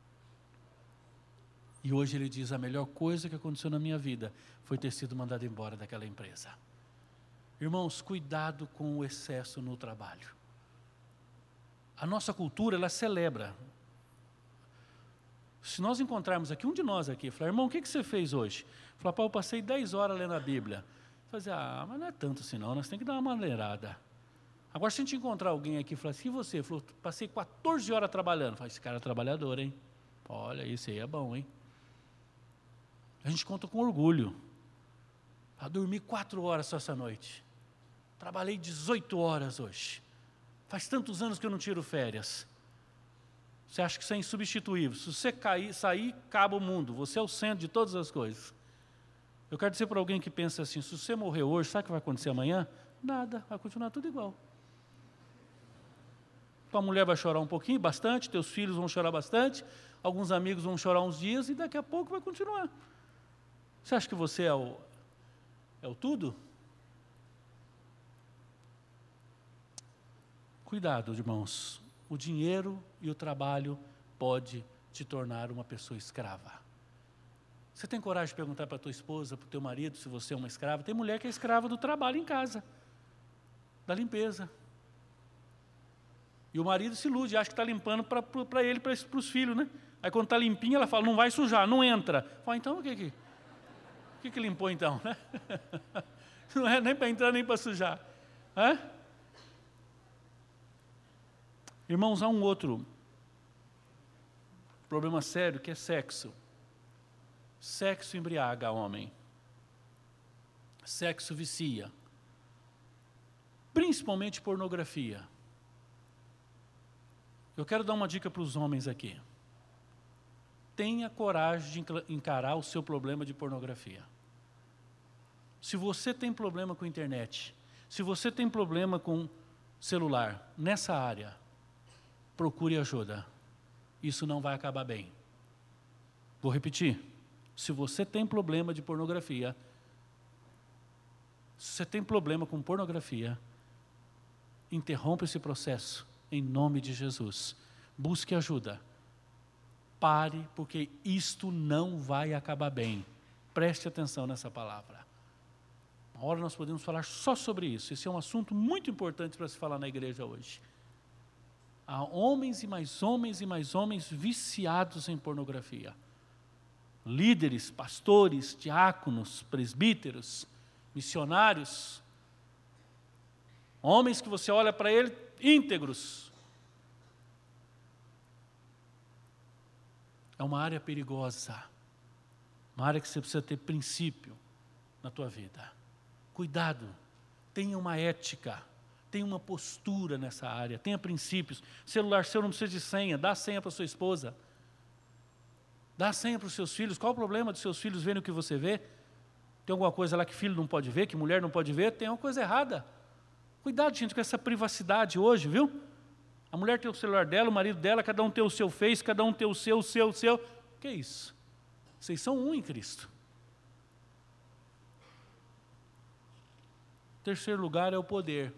E hoje ele diz, a melhor coisa que aconteceu na minha vida foi ter sido mandado embora daquela empresa. Irmãos, cuidado com o excesso no trabalho. A nossa cultura, ela celebra. Se nós encontrarmos aqui, um de nós aqui, falar, irmão, o que você fez hoje? Falar, pá, eu passei dez horas lendo a Bíblia. Fazer, ah, mas não é tanto assim não, nós temos que dar uma maneirada. Agora, se a gente encontrar alguém aqui e falar assim, e você? Falou, passei quatorze horas trabalhando. Fala, esse cara é trabalhador, hein? Olha, isso aí é bom, hein? A gente conta com orgulho. Eu dormi quatro horas só essa noite. Trabalhei dezoito horas hoje. Faz tantos anos que eu não tiro férias. Você acha que isso é insubstituível. Se você cair, sair, acaba o mundo. Você é o centro de todas as coisas. Eu quero dizer para alguém que pensa assim, se você morrer hoje, sabe o que vai acontecer amanhã? Nada, vai continuar tudo igual. Tua mulher vai chorar um pouquinho, bastante, teus filhos vão chorar bastante, alguns amigos vão chorar uns dias e daqui a pouco vai continuar. Você acha que você é o, é o tudo? Cuidado, irmãos. O dinheiro e o trabalho pode te tornar uma pessoa escrava. Você tem coragem de perguntar para a tua esposa, para o teu marido, se você é uma escrava? Tem mulher que é escrava do trabalho em casa, da limpeza. E o marido se ilude, acha que está limpando para ele, para os filhos, né? Aí quando está limpinha, ela fala, não vai sujar, não entra. Fala, então o que que, o que, que limpou então? Né? Não é nem para entrar, nem para sujar. Hã? Irmãos, há um outro problema sério que é sexo. Sexo embriaga homem. Sexo vicia. Principalmente pornografia. Eu quero dar uma dica para os homens aqui. Tenha coragem de encarar o seu problema de pornografia. Se você tem problema com internet, se você tem problema com celular, nessa área, procure ajuda. Isso não vai acabar bem. Vou repetir. Se você tem problema de pornografia, se você tem problema com pornografia, interrompa esse processo em nome de Jesus. Busque ajuda. Pare, porque isto não vai acabar bem. Preste atenção nessa palavra. Uma hora nós podemos falar só sobre isso. Esse é um assunto muito importante para se falar na igreja hoje. Há homens e mais homens e mais homens viciados em pornografia. Líderes, pastores, diáconos, presbíteros, missionários. Homens que você olha para ele, íntegros. É uma área perigosa. Uma área que você precisa ter princípio na tua vida. Cuidado, tenha uma ética, tenha uma postura nessa área, tenha princípios. Celular seu não precisa de senha, dá a senha para sua esposa. Dá a senha para os seus filhos. Qual o problema dos seus filhos verem o que você vê? Tem alguma coisa lá que filho não pode ver, que mulher não pode ver? Tem alguma coisa errada. Cuidado, gente, com essa privacidade hoje, viu? A mulher tem o celular dela, o marido dela, cada um tem o seu Face, cada um tem o seu, o seu, o seu. O que é isso? Vocês são um em Cristo. Terceiro lugar é o poder.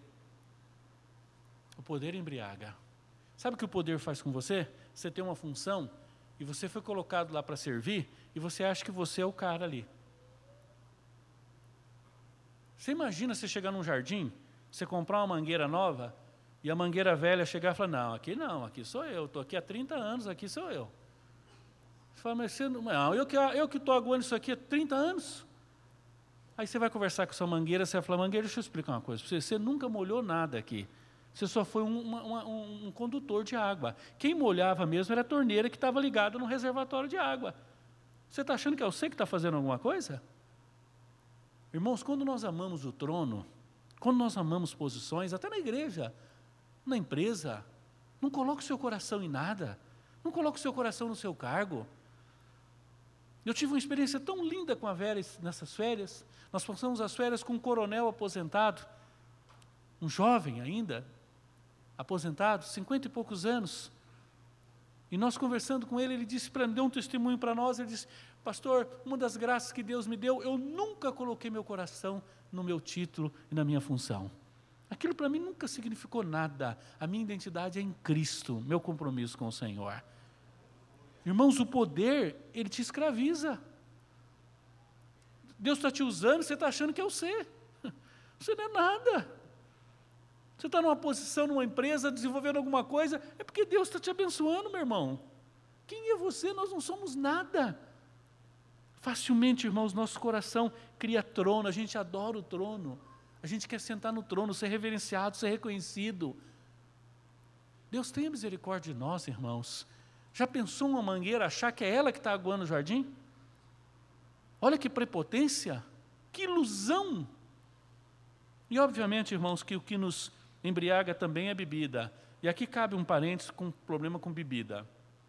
O poder embriaga. Sabe o que o poder faz com você? Você tem uma função e você foi colocado lá para servir e você acha que você é o cara ali. Você imagina você chegar num jardim, você comprar uma mangueira nova e a mangueira velha chegar e falar, não, aqui não, aqui sou eu, estou aqui há trinta anos, aqui sou eu. Você fala, mas você não, não eu que eu que estou aguando isso aqui há trinta anos. Aí você vai conversar com a sua mangueira, você vai falar, mangueira, deixa eu explicar uma coisa para você, você nunca molhou nada aqui. Você só foi um, uma, um, um condutor de água. Quem molhava mesmo era a torneira que estava ligada no reservatório de água. Você está achando que é você que está fazendo alguma coisa? Irmãos, quando nós amamos o trono, quando nós amamos posições, até na igreja, na empresa, não coloque o seu coração em nada, não coloque o seu coração no seu cargo. Eu tive uma experiência tão linda com a Vera nessas férias. Nós passamos as férias com um coronel aposentado, um jovem ainda, aposentado, cinquenta e poucos anos. E nós conversando com ele, ele disse, para deu um testemunho para nós, ele disse, pastor, uma das graças que Deus me deu, eu nunca coloquei meu coração no meu título e na minha função. Aquilo para mim nunca significou nada. A minha identidade é em Cristo, meu compromisso com o Senhor. Irmãos, o poder, ele te escraviza. Deus está te usando, você está achando que é você. Você não é nada. Você está numa posição, numa empresa, desenvolvendo alguma coisa, é porque Deus está te abençoando, meu irmão. Quem é você? Nós não somos nada. Facilmente, irmãos, nosso coração cria trono, a gente adora o trono. A gente quer sentar no trono, ser reverenciado, ser reconhecido. Deus tenha misericórdia de nós, irmãos. Já pensou uma mangueira achar que é ela que está aguando o jardim? Olha que prepotência, que ilusão. E obviamente, irmãos, que o que nos embriaga também é bebida. E aqui cabe um parênteses com problema com bebida.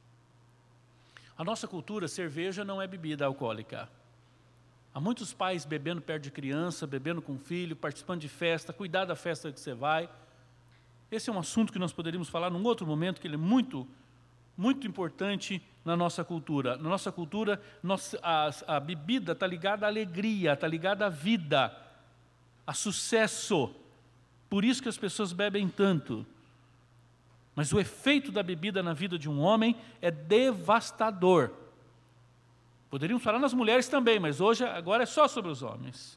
A nossa cultura, cerveja não é bebida alcoólica. Há muitos pais bebendo perto de criança, bebendo com filho, participando de festa, cuidar da festa que você vai. Esse é um assunto que nós poderíamos falar num outro momento, que ele é muito, muito importante na nossa cultura. Na nossa cultura, nossa, a, a bebida está ligada à alegria, está ligada à vida, a sucesso. Por isso que as pessoas bebem tanto. Mas o efeito da bebida na vida de um homem é devastador. Poderíamos falar nas mulheres também, mas hoje, agora é só sobre os homens.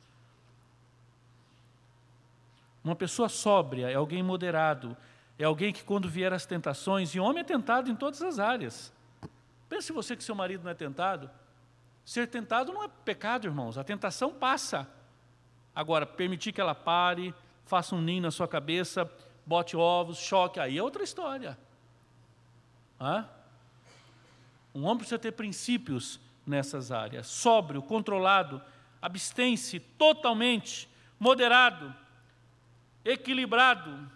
Uma pessoa sóbria é alguém moderado, é alguém que quando vier as tentações, e homem é tentado em todas as áreas. Pense você que seu marido não é tentado. Ser tentado não é pecado, irmãos. A tentação passa. Agora, permitir que ela pare, faça um ninho na sua cabeça, bote ovos, choque, aí é outra história. Hã? Um homem precisa ter princípios nessas áreas. Sóbrio, controlado, abstém-se totalmente, moderado, equilibrado.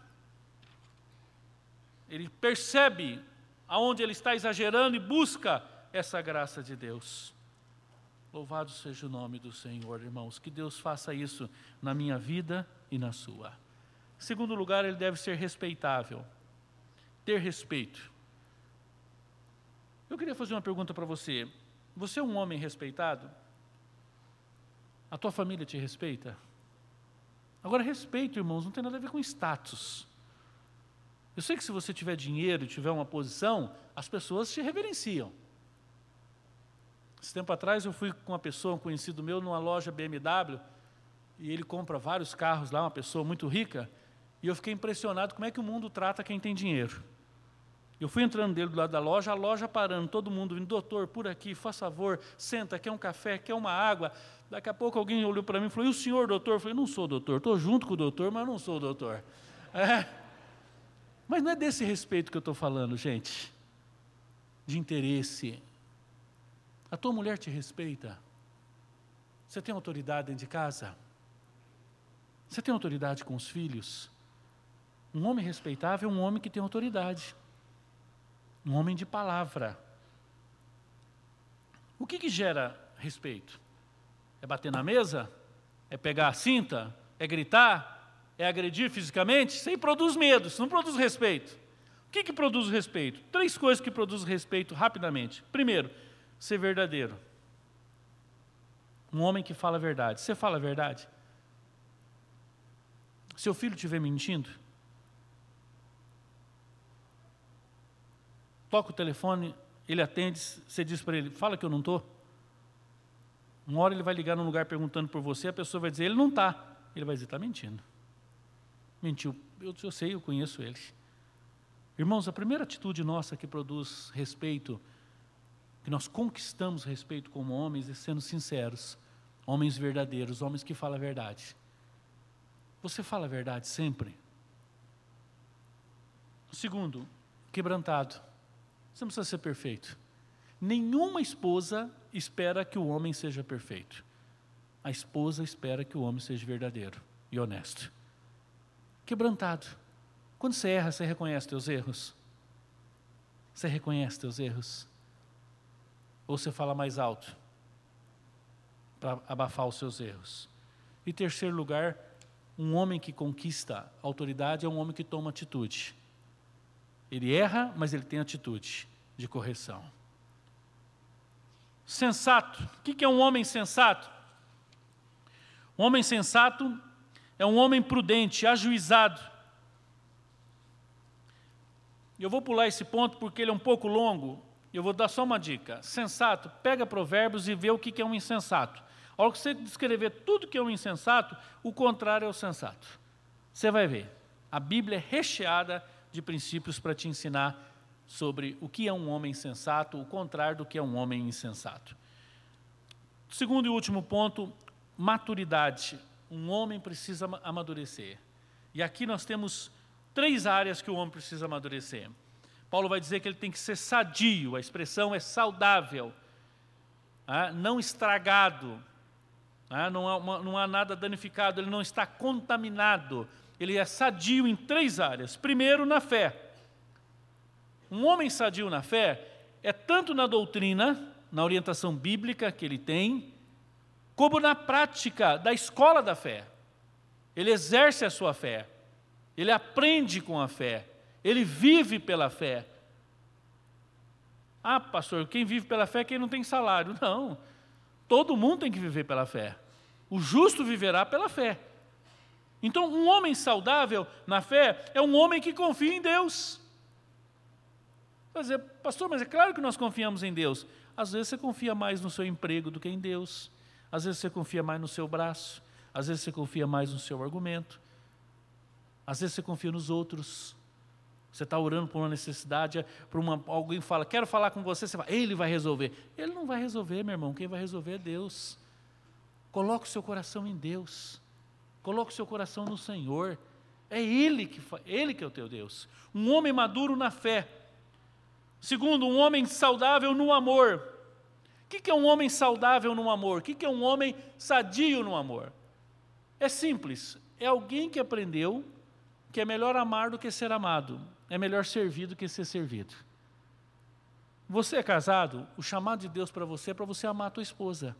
Ele percebe aonde ele está exagerando e busca essa graça de Deus. Louvado seja o nome do Senhor, irmãos. Que Deus faça isso na minha vida e na sua. Em segundo lugar, ele deve ser respeitável. Ter respeito. Eu queria fazer uma pergunta para você. Você é um homem respeitado? A tua família te respeita? Agora, respeito, irmãos, não tem nada a ver com status. Eu sei que se você tiver dinheiro e tiver uma posição, as pessoas te reverenciam. Esse tempo atrás eu fui com uma pessoa, um conhecido meu, numa loja B M W, e ele compra vários carros lá, uma pessoa muito rica, e eu fiquei impressionado como é que o mundo trata quem tem dinheiro. Eu fui entrando dele do lado da loja, a loja parando, todo mundo vindo, doutor, por aqui, faz favor, senta, quer um café, quer uma água. Daqui a pouco alguém olhou para mim e falou, e o senhor, doutor? Eu falei, não sou doutor, estou junto com o doutor, mas não sou doutor. É. Mas não é desse respeito que eu estou falando, gente, de interesse. A tua mulher te respeita? Você tem autoridade dentro de casa? Você tem autoridade com os filhos? Um homem respeitável é um homem que tem autoridade. Um homem de palavra. O que que gera respeito? É bater na mesa? É pegar a cinta? É gritar? É agredir fisicamente? Isso aí produz medo, isso não produz respeito. O que que produz respeito? Três coisas que produzem respeito rapidamente. Primeiro, ser verdadeiro. Um homem que fala a verdade. Você fala a verdade? Seu filho estiver mentindo, toca o telefone, ele atende, você diz para ele, fala que eu não estou. Uma hora ele vai ligar num lugar perguntando por você, a pessoa vai dizer, ele não está. Ele vai dizer, está mentindo. Mentiu, eu, eu sei, eu conheço ele. Irmãos, a primeira atitude nossa que produz respeito, que nós conquistamos respeito como homens, é sendo sinceros, homens verdadeiros, homens que falam a verdade. Você fala a verdade sempre? Segundo, quebrantado. Você não precisa ser perfeito. Nenhuma esposa espera que o homem seja perfeito. A esposa espera que o homem seja verdadeiro e honesto. Quebrantado. Quando você erra, você reconhece teus erros? Você reconhece teus erros? Ou você fala mais alto para abafar os seus erros? E terceiro lugar, um homem que conquista autoridade é um homem que toma atitude. Ele erra, mas ele tem atitude de correção. Sensato. O que é um homem sensato? Um homem sensato é um homem prudente, ajuizado. Eu vou pular esse ponto porque ele é um pouco longo. Eu vou dar só uma dica. Sensato, pega Provérbios e vê o que é um insensato. A hora que você descrever tudo que é um insensato, o contrário é o sensato. Você vai ver. A Bíblia é recheada de princípios para te ensinar sobre o que é um homem sensato, o contrário do que é um homem insensato. Segundo e último ponto, maturidade. Um homem precisa amadurecer. E aqui nós temos três áreas que o homem precisa amadurecer. Paulo vai dizer que ele tem que ser sadio, a expressão é saudável, ah, não estragado, ah, não, há uma, não há nada danificado, ele não está contaminado, ele é sadio em três áreas. Primeiro, na fé. Um homem sadio na fé é tanto na doutrina, na orientação bíblica que ele tem, como na prática da escola da fé. Ele exerce a sua fé, ele aprende com a fé, ele vive pela fé. Ah, pastor, quem vive pela fé é quem não tem salário. Não, todo mundo tem que viver pela fé. O justo viverá pela fé. Então, um homem saudável na fé é um homem que confia em Deus. Vai dizer, pastor, mas é claro que nós confiamos em Deus. Às vezes você confia mais no seu emprego do que em Deus. Às vezes você confia mais no seu braço. Às vezes você confia mais no seu argumento. Às vezes você confia nos outros. Você está orando por uma necessidade, por uma, alguém fala, quero falar com você, você fala, ele vai resolver. Ele não vai resolver, meu irmão, quem vai resolver é Deus. Coloque o seu coração em Deus. Coloque o seu coração no Senhor. É Ele que, Ele que é o teu Deus. Um homem maduro na fé. Segundo, um homem saudável no amor. O que é um homem saudável no amor? O que é um homem sadio no amor? É simples. É alguém que aprendeu que é melhor amar do que ser amado. É melhor servir do que ser servido. Você é casado, o chamado de Deus para você é para você amar a tua esposa.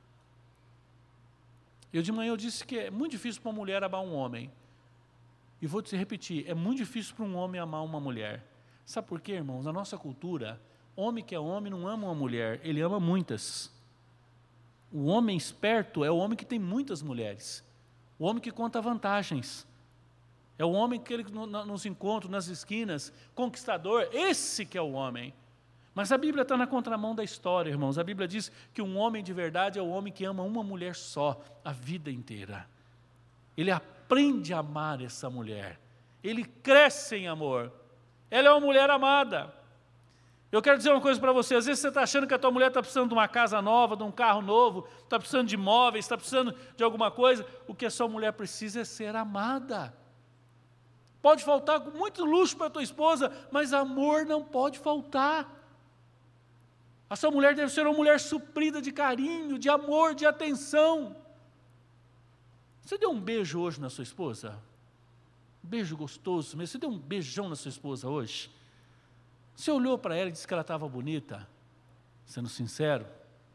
Eu de manhã eu disse que é muito difícil para uma mulher amar um homem. E vou te repetir, é muito difícil para um homem amar uma mulher. Sabe por quê, irmãos? Na nossa cultura, homem que é homem não ama uma mulher, ele ama muitas. O homem esperto é o homem que tem muitas mulheres. O homem que conta vantagens. É o homem que ele, nos encontros, nas esquinas, conquistador, esse que é o homem. Mas a Bíblia está na contramão da história, irmãos. A Bíblia diz que um homem de verdade é o homem que ama uma mulher só, a vida inteira. Ele aprende a amar essa mulher. Ele cresce em amor. Ela é uma mulher amada. Eu quero dizer uma coisa para você, às vezes você está achando que a tua mulher está precisando de uma casa nova, de um carro novo, está precisando de móveis, está precisando de alguma coisa. O que a sua mulher precisa é ser amada. Pode faltar muito luxo para a tua esposa, mas amor não pode faltar. A sua mulher deve ser uma mulher suprida de carinho, de amor, de atenção. Você deu um beijo hoje na sua esposa? Um beijo gostoso mesmo. Você deu um beijão na sua esposa hoje? Você olhou para ela e disse que ela estava bonita? Sendo sincero.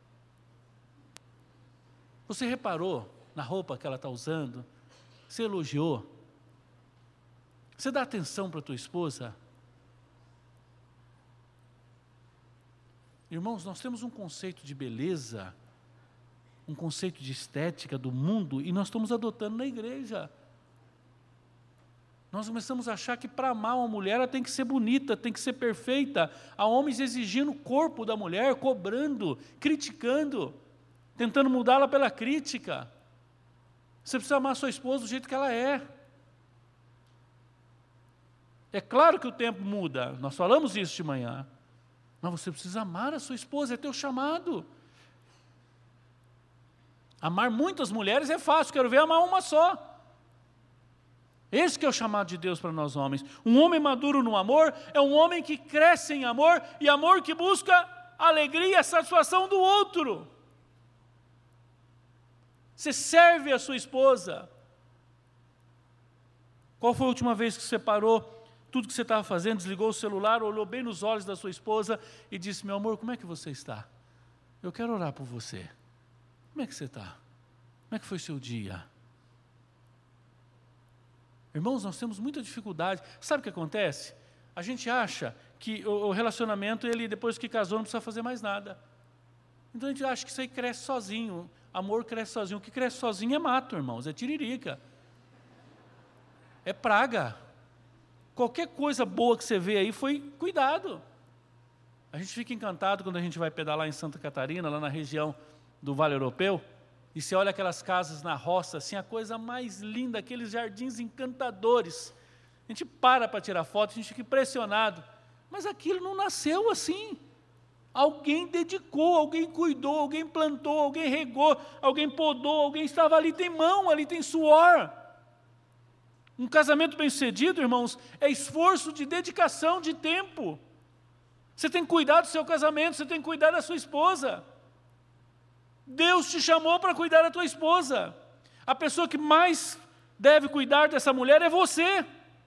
Você reparou na roupa que ela está usando? Você elogiou? Você dá atenção para a tua esposa? Irmãos, nós temos um conceito de beleza, um conceito de estética do mundo, e nós estamos adotando na igreja. Nós começamos a achar que para amar uma mulher ela tem que ser bonita, tem que ser perfeita. Há homens exigindo o corpo da mulher, cobrando, criticando, tentando mudá-la pela crítica. Você precisa amar a sua esposa do jeito que ela é. É claro que o tempo muda, nós falamos isso de manhã, mas você precisa amar a sua esposa, é teu chamado. Amar muitas mulheres é fácil, quero ver amar uma só. Esse que é o chamado de Deus para nós homens. Um homem maduro no amor é um homem que cresce em amor, e amor que busca a alegria e a satisfação do outro. Você serve a sua esposa. Qual foi a última vez que você parou tudo que você estava fazendo, desligou o celular, olhou bem nos olhos da sua esposa e disse, meu amor, como é que você está? Eu quero orar por você. Como é que você está? Como é que foi o seu dia? Irmãos, nós temos muita dificuldade. Sabe o que acontece? A gente acha que o relacionamento, ele depois que casou, não precisa fazer mais nada. Então a gente acha que isso aí cresce sozinho. Amor cresce sozinho. O que cresce sozinho é mato, irmãos, é tiririca. É praga. Qualquer coisa boa que você vê aí foi cuidado. A gente fica encantado quando a gente vai pedalar em Santa Catarina, lá na região do Vale Europeu, e você olha aquelas casas na roça, assim, a coisa mais linda, aqueles jardins encantadores. A gente para para tirar foto, a gente fica impressionado. Mas aquilo não nasceu assim. Alguém dedicou, alguém cuidou, alguém plantou, alguém regou, alguém podou, alguém estava ali, tem mão, ali tem suor. Um casamento bem-sucedido, irmãos, é esforço de dedicação, de tempo. Você tem que cuidar do seu casamento, você tem que cuidar da sua esposa. Deus te chamou para cuidar da tua esposa. A pessoa que mais deve cuidar dessa mulher é você.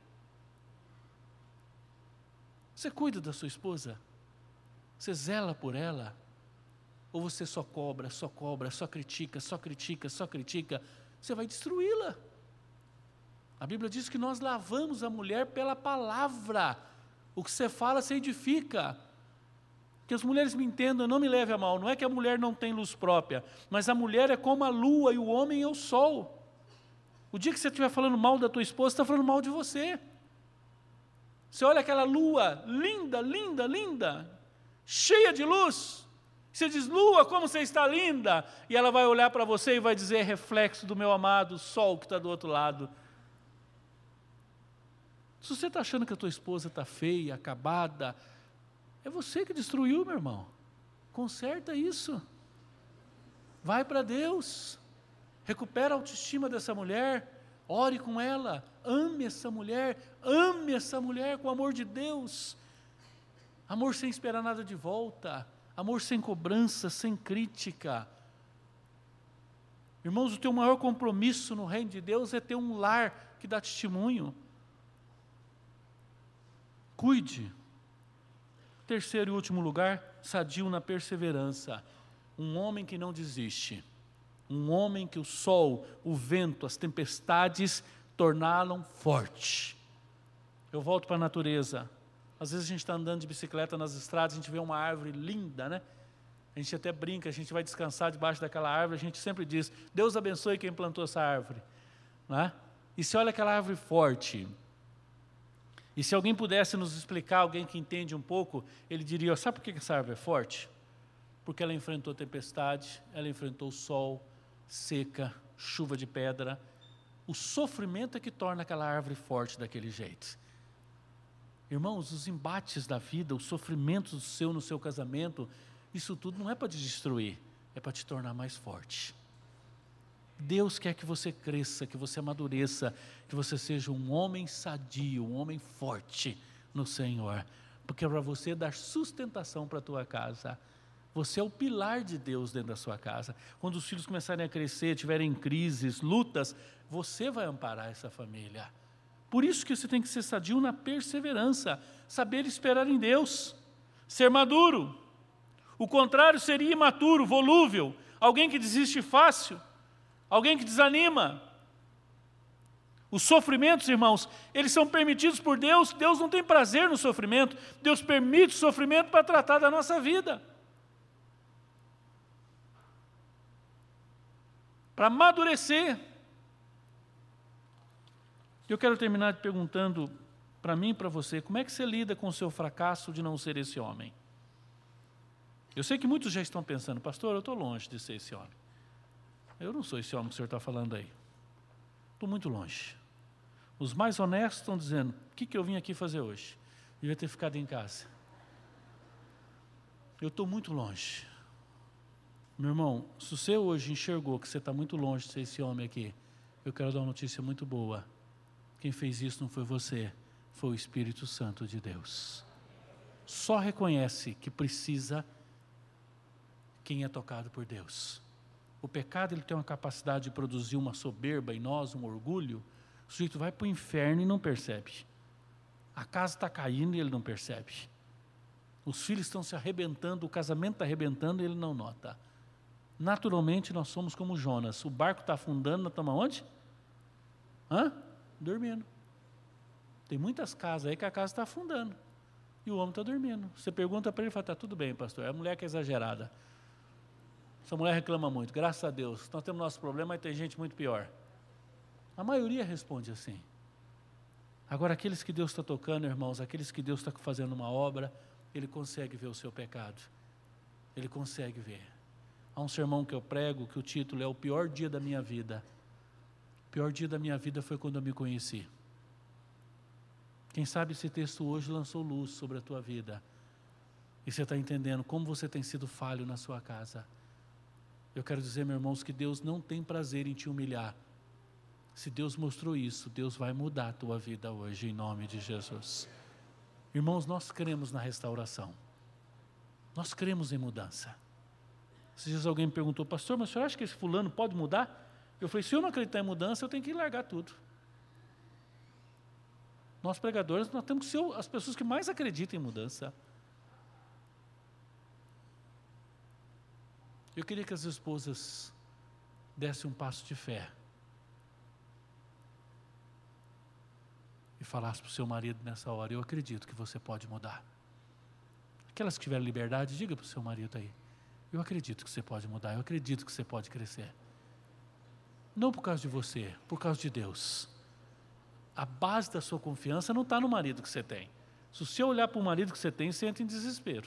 Você cuida da sua esposa? Você zela por ela? Ou você só cobra, só cobra, só critica, só critica, só critica? Você vai destruí-la. A Bíblia diz que nós lavamos a mulher pela palavra. O que você fala, você edifica. Que as mulheres me entendam, não me leve a mal. Não é que a mulher não tem luz própria, mas a mulher é como a lua e o homem é o sol. O dia que você estiver falando mal da tua esposa, você está falando mal de você. Você olha aquela lua linda, linda, linda, cheia de luz. Você diz, lua, como você está linda. E ela vai olhar para você e vai dizer, reflexo do meu amado sol que está do outro lado. Se você está achando que a tua esposa está feia, acabada, é você que destruiu, meu irmão. Conserta isso. Vai para Deus. Recupera a autoestima dessa mulher. Ore com ela. Ame essa mulher. Ame essa mulher com o amor de Deus. Amor sem esperar nada de volta. Amor sem cobrança, sem crítica. Irmãos, o teu maior compromisso no reino de Deus é ter um lar que dá testemunho. Cuide. Terceiro e último lugar, sadio na perseverança. Um homem que não desiste. Um homem que o sol, o vento, as tempestades tornaram forte. Eu volto para a natureza. Às vezes a gente está andando de bicicleta nas estradas, a gente vê uma árvore linda, né? A gente até brinca, a gente vai descansar debaixo daquela árvore, a gente sempre diz, Deus abençoe quem plantou essa árvore. Né? E se olha aquela árvore forte, e se alguém pudesse nos explicar, alguém que entende um pouco, ele diria, sabe por que essa árvore é forte? Porque ela enfrentou tempestade, ela enfrentou sol, seca, chuva de pedra. O sofrimento é que torna aquela árvore forte daquele jeito. Irmãos, os embates da vida, os sofrimentos do seu no seu casamento, isso tudo não é para te destruir, é para te tornar mais forte. Deus quer que você cresça, que você amadureça, que você seja um homem sadio, um homem forte no Senhor, porque é para você dar sustentação para a tua casa. Você é o pilar de Deus dentro da sua casa. Quando os filhos começarem a crescer, tiverem crises, lutas, você vai amparar essa família. Por isso que você tem que ser sadio na perseverança, saber esperar em Deus, ser maduro. O contrário seria imaturo, volúvel, alguém que desiste fácil, alguém que desanima. Os sofrimentos, irmãos, eles são permitidos por Deus. Deus não tem prazer no sofrimento. Deus permite o sofrimento para tratar da nossa vida, para amadurecer. Eu quero terminar perguntando para mim e para você, como é que você lida com o seu fracasso de não ser esse homem? Eu sei que muitos já estão pensando, pastor, eu estou longe de ser esse homem. Eu não sou esse homem que o senhor está falando aí. Estou muito longe. Os mais honestos estão dizendo, o que, que eu vim aqui fazer hoje? Devia ter ficado em casa. Eu estou muito longe. Meu irmão, se você hoje enxergou que você está muito longe de ser esse homem aqui, eu quero dar uma notícia muito boa. Quem fez isso não foi você, foi o Espírito Santo de Deus. Só reconhece que precisa quem é tocado por Deus. O pecado ele tem uma capacidade de produzir uma soberba em nós, um orgulho. O sujeito vai para o inferno e não percebe. A casa está caindo e ele não percebe. Os filhos estão se arrebentando, o casamento está arrebentando e ele não nota. Naturalmente nós somos como Jonas. O barco está afundando, nós estamos onde? Hã? Dormindo. Tem muitas casas aí que a casa está afundando. E o homem está dormindo. Você pergunta para ele e fala, está tudo bem, pastor. É a mulher que é exagerada. Essa mulher reclama muito, graças a Deus. Nós temos nosso problema, mas tem gente muito pior. A maioria responde assim. Agora, aqueles que Deus está tocando, irmãos, aqueles que Deus está fazendo uma obra, Ele consegue ver o seu pecado. Ele consegue ver. Há um sermão que eu prego, que o título é O Pior Dia da Minha Vida. O pior dia da minha vida foi quando eu me conheci. Quem sabe esse texto hoje lançou luz sobre a tua vida. E você está entendendo como você tem sido falho na sua casa. Eu quero dizer, meus irmãos, que Deus não tem prazer em te humilhar. Se Deus mostrou isso, Deus vai mudar a tua vida hoje, em nome de Jesus. Irmãos, nós cremos na restauração. Nós cremos em mudança. Esses dias alguém me perguntou, pastor, mas o senhor acha que esse fulano pode mudar? Eu falei, se eu não acreditar em mudança, eu tenho que largar tudo. Nós pregadores, nós temos que ser as pessoas que mais acreditam em mudança. Eu queria que as esposas dessem um passo de fé e falassem para o seu marido nessa hora, eu acredito que você pode mudar. Aquelas que tiverem liberdade, diga para o seu marido aí, eu acredito que você pode mudar, eu acredito que você pode crescer. Não por causa de você, por causa de Deus. A base da sua confiança não está no marido que você tem. Se você olhar para o marido que você tem, você entra em desespero.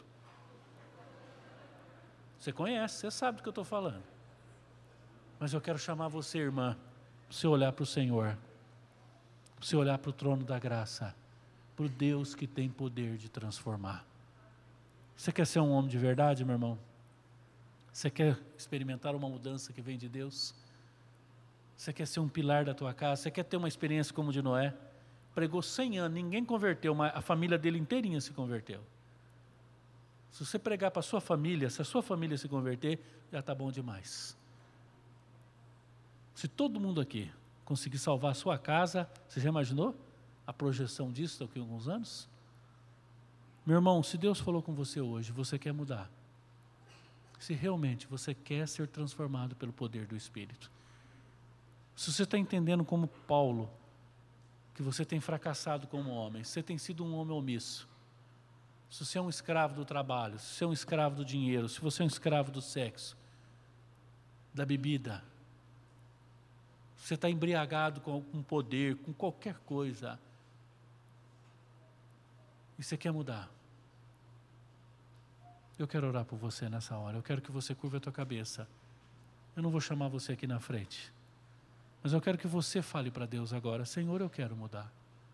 Você conhece, você sabe do que eu estou falando. Mas eu quero chamar você, irmã, para você olhar para o Senhor, para você olhar para o trono da graça para o Deus que tem poder de transformar. Você quer ser um homem de verdade, meu irmão? Você quer experimentar uma mudança que vem de Deus? Você quer ser um pilar da tua casa? Você quer ter uma experiência como de Noé? Pregou cem anos, ninguém converteu, mas a família dele inteirinha se converteu. Se você pregar para a sua família, se a sua família se converter, já está bom demais. Se todo mundo aqui conseguir salvar a sua casa, você já imaginou a projeção disso daqui a alguns anos? Meu irmão, se Deus falou com você hoje, você quer mudar. Se realmente você quer ser transformado pelo poder do Espírito. Se você está entendendo como Paulo, que você tem fracassado como homem, se você tem sido um homem omisso, se você é um escravo do trabalho, se você é um escravo do dinheiro, se você é um escravo do sexo, da bebida, se você está embriagado com algum poder, com qualquer coisa, e você quer mudar, eu quero orar por você nessa hora. Eu quero que você curva a tua cabeça. Eu não vou chamar você aqui na frente, mas eu quero que você fale para Deus agora: Senhor, eu quero mudar.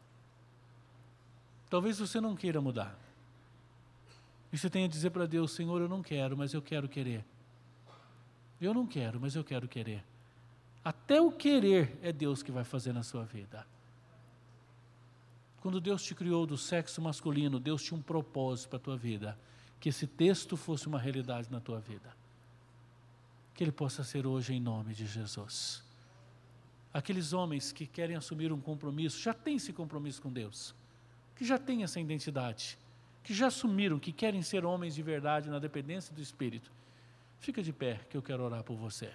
Talvez você não queira mudar, e você tenha a dizer para Deus: Senhor, eu não quero, mas eu quero querer. Eu não quero, mas eu quero querer. Até o querer é Deus que vai fazer na sua vida. Quando Deus te criou do sexo masculino, Deus tinha um propósito para a tua vida. Que esse texto fosse uma realidade na tua vida. Que ele possa ser hoje em nome de Jesus. Aqueles homens que querem assumir um compromisso, já têm esse compromisso com Deus, que já têm essa identidade, que já assumiram que querem ser homens de verdade na dependência do Espírito. Fica de pé, que eu quero orar por você.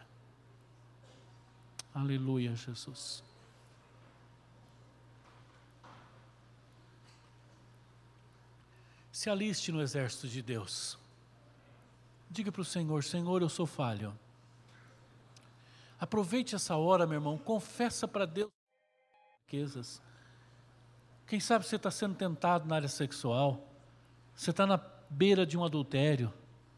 Aleluia, Jesus. Se aliste no exército de Deus. Diga para o Senhor: Senhor, eu sou falho. Aproveite essa hora, meu irmão, confessa para Deus riquezas. Quem sabe você está sendo tentado na área sexual, você está na beira de um adultério.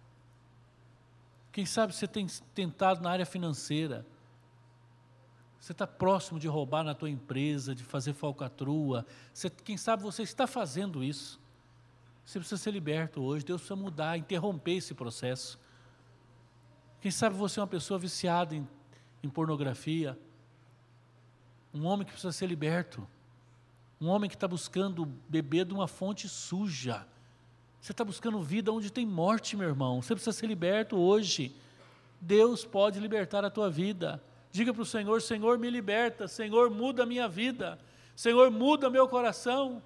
Quem sabe você tem tentado na área financeira, você está próximo de roubar na tua empresa, de fazer falcatrua. Você, quem sabe você está fazendo isso. Você precisa ser liberto hoje. Deus precisa mudar, interromper esse processo. Quem sabe você é uma pessoa viciada em, em pornografia, um homem que precisa ser liberto, um homem que está buscando beber de uma fonte suja. Você está buscando vida onde tem morte, meu irmão. Você precisa ser liberto hoje. Deus pode libertar a tua vida. Diga para o Senhor: Senhor, me liberta. Senhor, muda a minha vida. Senhor, muda meu coração.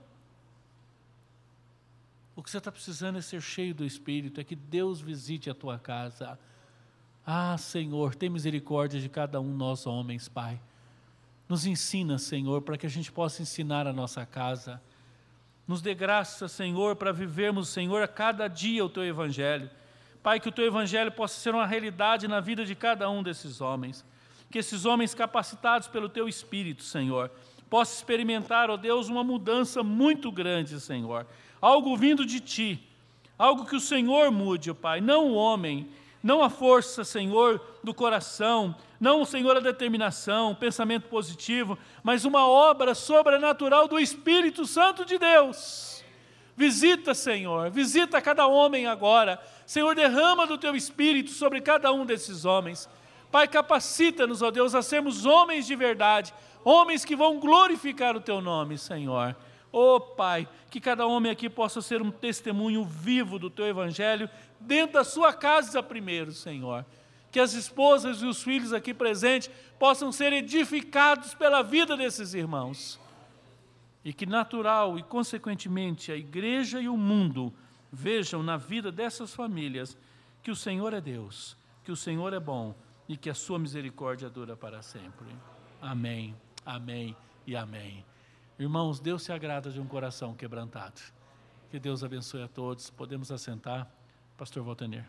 O que você está precisando é ser cheio do Espírito, é que Deus visite a tua casa. Ah, Senhor, tem misericórdia de cada um de nós homens, Pai. Nos ensina, Senhor, para que a gente possa ensinar a nossa casa. Nos dê graça, Senhor, para vivermos, Senhor, a cada dia o Teu Evangelho. Pai, que o Teu Evangelho possa ser uma realidade na vida de cada um desses homens. Que esses homens capacitados pelo Teu Espírito, Senhor, possam experimentar, ó Deus, uma mudança muito grande, Senhor. Algo vindo de Ti, algo que o Senhor mude, ó Pai, não o homem, não a força, Senhor, do coração, não, Senhor, a determinação, o pensamento positivo, mas uma obra sobrenatural do Espírito Santo de Deus. Visita, Senhor, visita cada homem agora. Senhor, derrama do Teu Espírito sobre cada um desses homens. Pai, capacita-nos, ó Deus, a sermos homens de verdade, homens que vão glorificar o Teu nome, Senhor. Ó Pai, que cada homem aqui possa ser um testemunho vivo do Teu Evangelho, dentro da sua casa primeiro, Senhor. Que as esposas e os filhos aqui presentes possam ser edificados pela vida desses irmãos. E que natural e consequentemente a igreja e o mundo vejam na vida dessas famílias que o Senhor é Deus, que o Senhor é bom e que a sua misericórdia dura para sempre. Amém, amém e amém. Irmãos, Deus se agrada de um coração quebrantado. Que Deus abençoe a todos. Podemos assentar. Pastor Waltenir.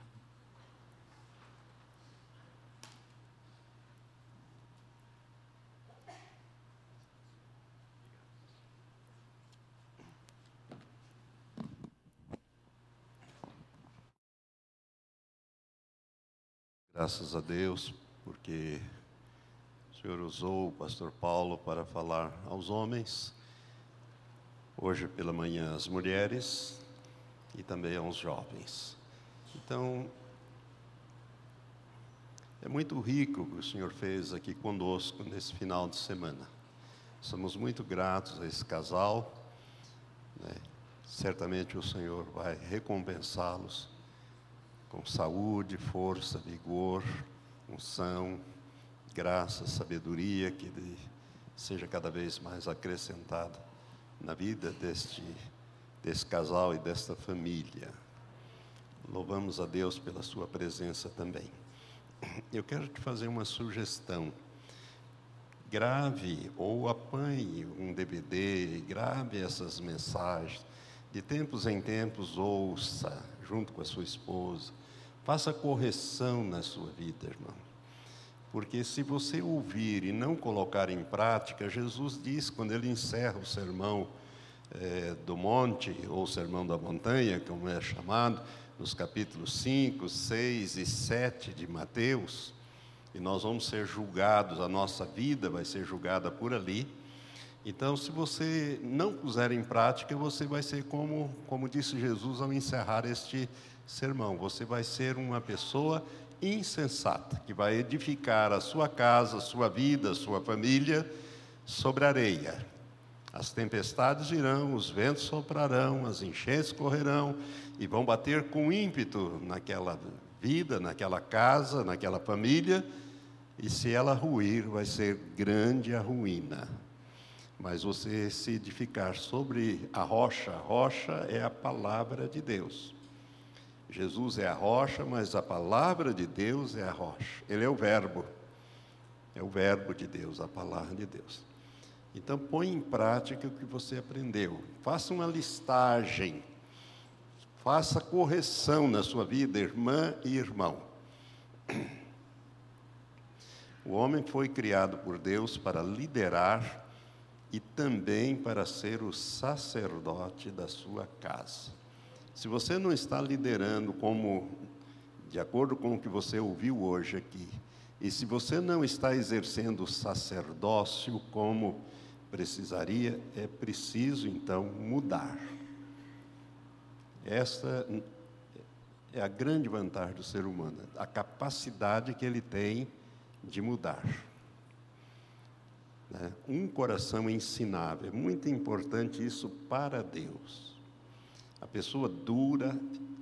Graças a Deus, porque o Senhor usou o pastor Paulo para falar aos homens, hoje pela manhã às mulheres e também aos jovens. Então, é muito rico o que o Senhor fez aqui conosco nesse final de semana. Somos muito gratos a esse casal, né? Certamente o Senhor vai recompensá-los com saúde, força, vigor, unção, graça, sabedoria, que seja cada vez mais acrescentada na vida deste, desse casal e desta família. Louvamos a Deus pela sua presença também. Eu quero te fazer uma sugestão. Grave ou apanhe um D V D, grave essas mensagens. De tempos em tempos, ouça, junto com a sua esposa. Faça correção na sua vida, irmão. Porque se você ouvir e não colocar em prática, Jesus diz, quando ele encerra o sermão é, do monte, ou sermão da montanha, como é chamado, nos capítulos cinco, seis e sete de Mateus, e nós vamos ser julgados, a nossa vida vai ser julgada por ali. Então, se você não puser em prática, você vai ser como, como disse Jesus ao encerrar este sermão, você vai ser uma pessoa insensata, que vai edificar a sua casa, a sua vida, a sua família sobre areia. As tempestades virão, os ventos soprarão, as enchentes correrão e vão bater com ímpeto naquela vida, naquela casa, naquela família, e se ela ruir, vai ser grande a ruína. Mas você se edificar sobre a rocha, a rocha é a palavra de Deus. Jesus é a rocha, mas a palavra de Deus é a rocha. Ele é o verbo, é o verbo de Deus, a palavra de Deus. Então, põe em prática o que você aprendeu. Faça uma listagem. Faça correção na sua vida, irmã e irmão. O homem foi criado por Deus para liderar e também para ser o sacerdote da sua casa. Se você não está liderando como, de acordo com o que você ouviu hoje aqui, e se você não está exercendo o sacerdócio como precisaria, é preciso, então, mudar. Esta é a grande vantagem do ser humano, a capacidade que ele tem de mudar. Né? Um coração ensinável, é muito importante isso para Deus. A pessoa dura,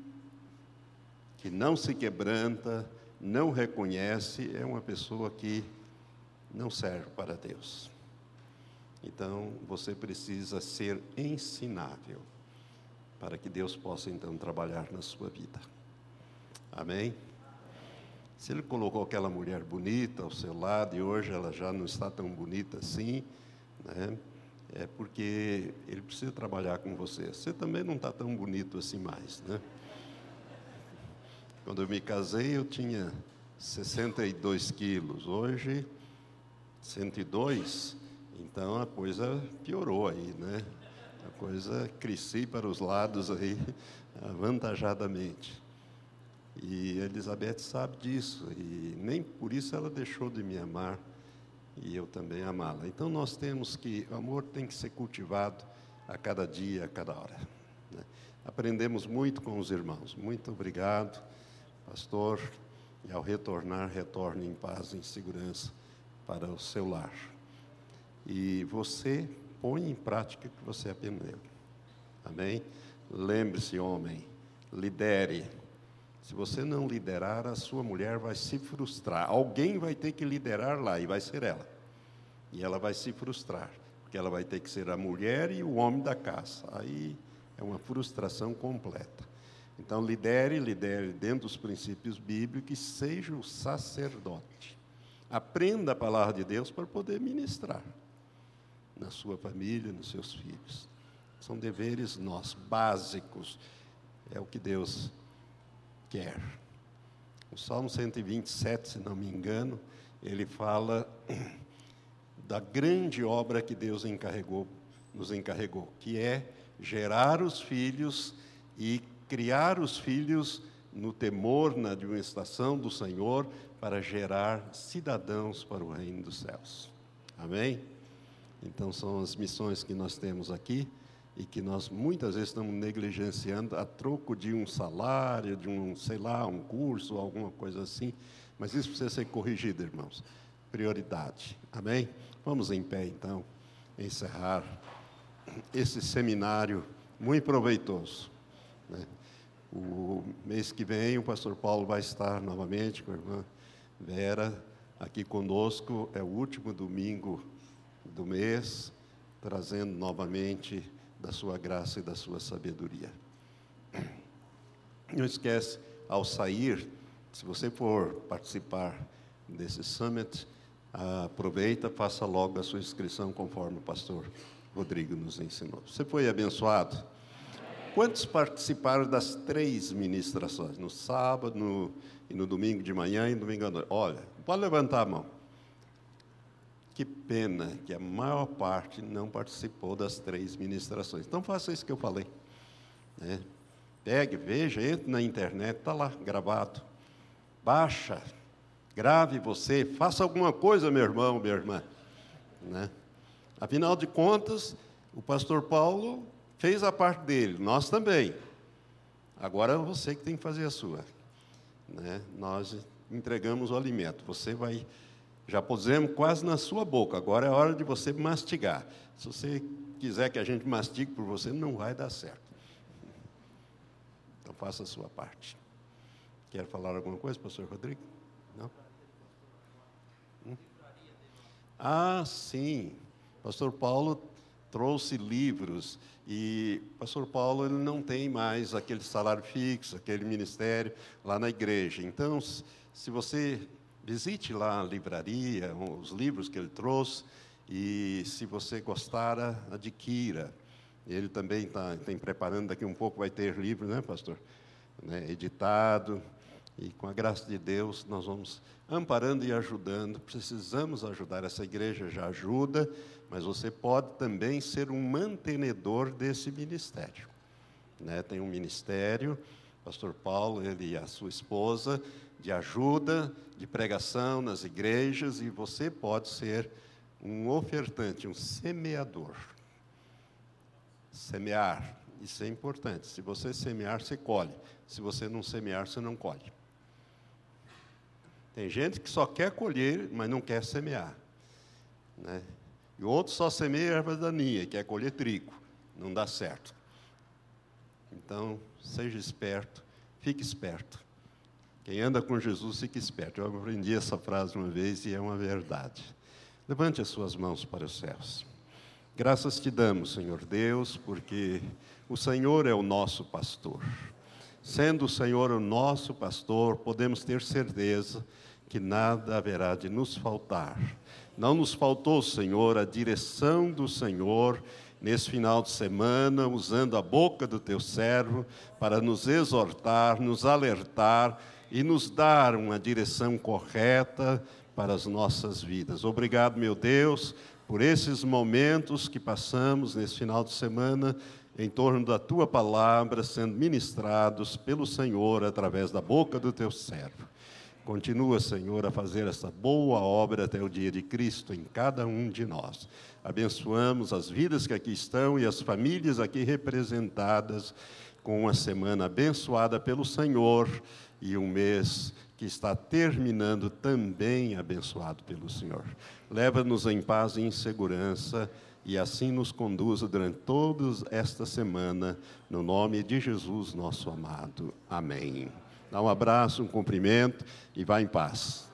que não se quebranta, não reconhece, é uma pessoa que não serve para Deus. Então, você precisa ser ensinável, para que Deus possa, então, trabalhar na sua vida. Amém? Se Ele colocou aquela mulher bonita ao seu lado, e hoje ela já não está tão bonita assim, né? É porque Ele precisa trabalhar com você. Você também não está tão bonito assim mais, né? Quando eu me casei, eu tinha sessenta e dois quilos. Hoje, cento e dois. Então, a coisa piorou aí, né? A coisa cresci para os lados aí, avantajadamente. E a Elizabeth sabe disso, e nem por isso ela deixou de me amar, e eu também amá-la. Então, nós temos que, o amor tem que ser cultivado a cada dia, a cada hora, né? Aprendemos muito com os irmãos. Muito obrigado, pastor, e ao retornar, retorne em paz, em segurança para o seu lar. E você põe em prática o que você aprendeu. Amém? Lembre-se, homem, lidere. Se você não liderar, a sua mulher vai se frustrar. Alguém vai ter que liderar lá, e vai ser ela. E ela vai se frustrar, porque ela vai ter que ser a mulher e o homem da casa. Aí é uma frustração completa. Então, lidere, lidere dentro dos princípios bíblicos e seja o sacerdote. Aprenda a palavra de Deus para poder ministrar na sua família, nos seus filhos. São deveres nossos, básicos. É o que Deus quer. O Salmo cento e vinte e sete, se não me engano, ele fala da grande obra que Deus encarregou, nos encarregou, que é gerar os filhos e criar os filhos no temor, na administração do Senhor, para gerar cidadãos para o reino dos céus. Amém? Então, são as missões que nós temos aqui, e que nós muitas vezes estamos negligenciando a troco de um salário, de um, sei lá, um curso, alguma coisa assim. Mas isso precisa ser corrigido, irmãos. Prioridade. Amém? Vamos em pé, então, encerrar esse seminário muito proveitoso, né? O mês que vem, o pastor Paulo vai estar novamente com a irmã Vera aqui conosco. É o último domingo do mês, trazendo novamente da sua graça e da sua sabedoria. Não esquece, ao sair, se você for participar desse summit, aproveita, faça logo a sua inscrição, conforme o pastor Rodrigo nos ensinou. Você foi abençoado? Quantos participaram das três ministrações? No sábado, no, e no domingo de manhã e no domingo à noite? Olha, pode levantar a mão. Que pena que a maior parte não participou das três ministrações. Então, faça isso que eu falei, né? Pegue, veja, entre na internet, está lá, gravado. Baixa, grave você, faça alguma coisa, meu irmão, minha irmã, né? Afinal de contas, o pastor Paulo fez a parte dele, nós também. Agora é você que tem que fazer a sua, né? Nós entregamos o alimento, você vai, já pusemos quase na sua boca, agora é hora de você mastigar. Se você quiser que a gente mastigue por você, não vai dar certo. Então, faça a sua parte. Quer falar alguma coisa, pastor Rodrigo? Não? Hum? Ah, sim. Pastor Paulo trouxe livros, e pastor Paulo ele não tem mais aquele salário fixo, aquele ministério lá na igreja. Então, se você visite lá a livraria, os livros que ele trouxe, e se você gostar, adquira. Ele também está tá preparando, daqui um pouco vai ter livro, né, pastor? Né, editado, e com a graça de Deus nós vamos amparando e ajudando. Precisamos ajudar, essa igreja já ajuda, mas você pode também ser um mantenedor desse ministério, né? Tem um ministério, pastor Paulo, ele e a sua esposa, de ajuda, de pregação nas igrejas, e você pode ser um ofertante, um semeador. Semear, isso é importante. Se você semear, você colhe. Se você não semear, você não colhe. Tem gente que só quer colher, mas não quer semear, né? E outro só semeia erva daninha, quer colher trigo. Não dá certo. Então, seja esperto, fique esperto. Quem anda com Jesus, fique esperto. Eu aprendi essa frase uma vez e é uma verdade. Levante as suas mãos para os céus. Graças te damos, Senhor Deus, porque o Senhor é o nosso pastor. Sendo o Senhor o nosso pastor, podemos ter certeza que nada haverá de nos faltar. Não nos faltou, Senhor, a direção do Senhor nesse final de semana, usando a boca do teu servo para nos exortar, nos alertar e nos dar uma direção correta para as nossas vidas. Obrigado, meu Deus, por esses momentos que passamos nesse final de semana em torno da tua palavra, sendo ministrados pelo Senhor através da boca do teu servo. Continua, Senhor, a fazer essa boa obra até o dia de Cristo em cada um de nós. Abençoamos as vidas que aqui estão e as famílias aqui representadas com uma semana abençoada pelo Senhor e um mês que está terminando também abençoado pelo Senhor. Leva-nos em paz e em segurança e assim nos conduza durante toda esta semana, no nome de Jesus, nosso amado. Amém. Dá um abraço, um cumprimento e vá em paz.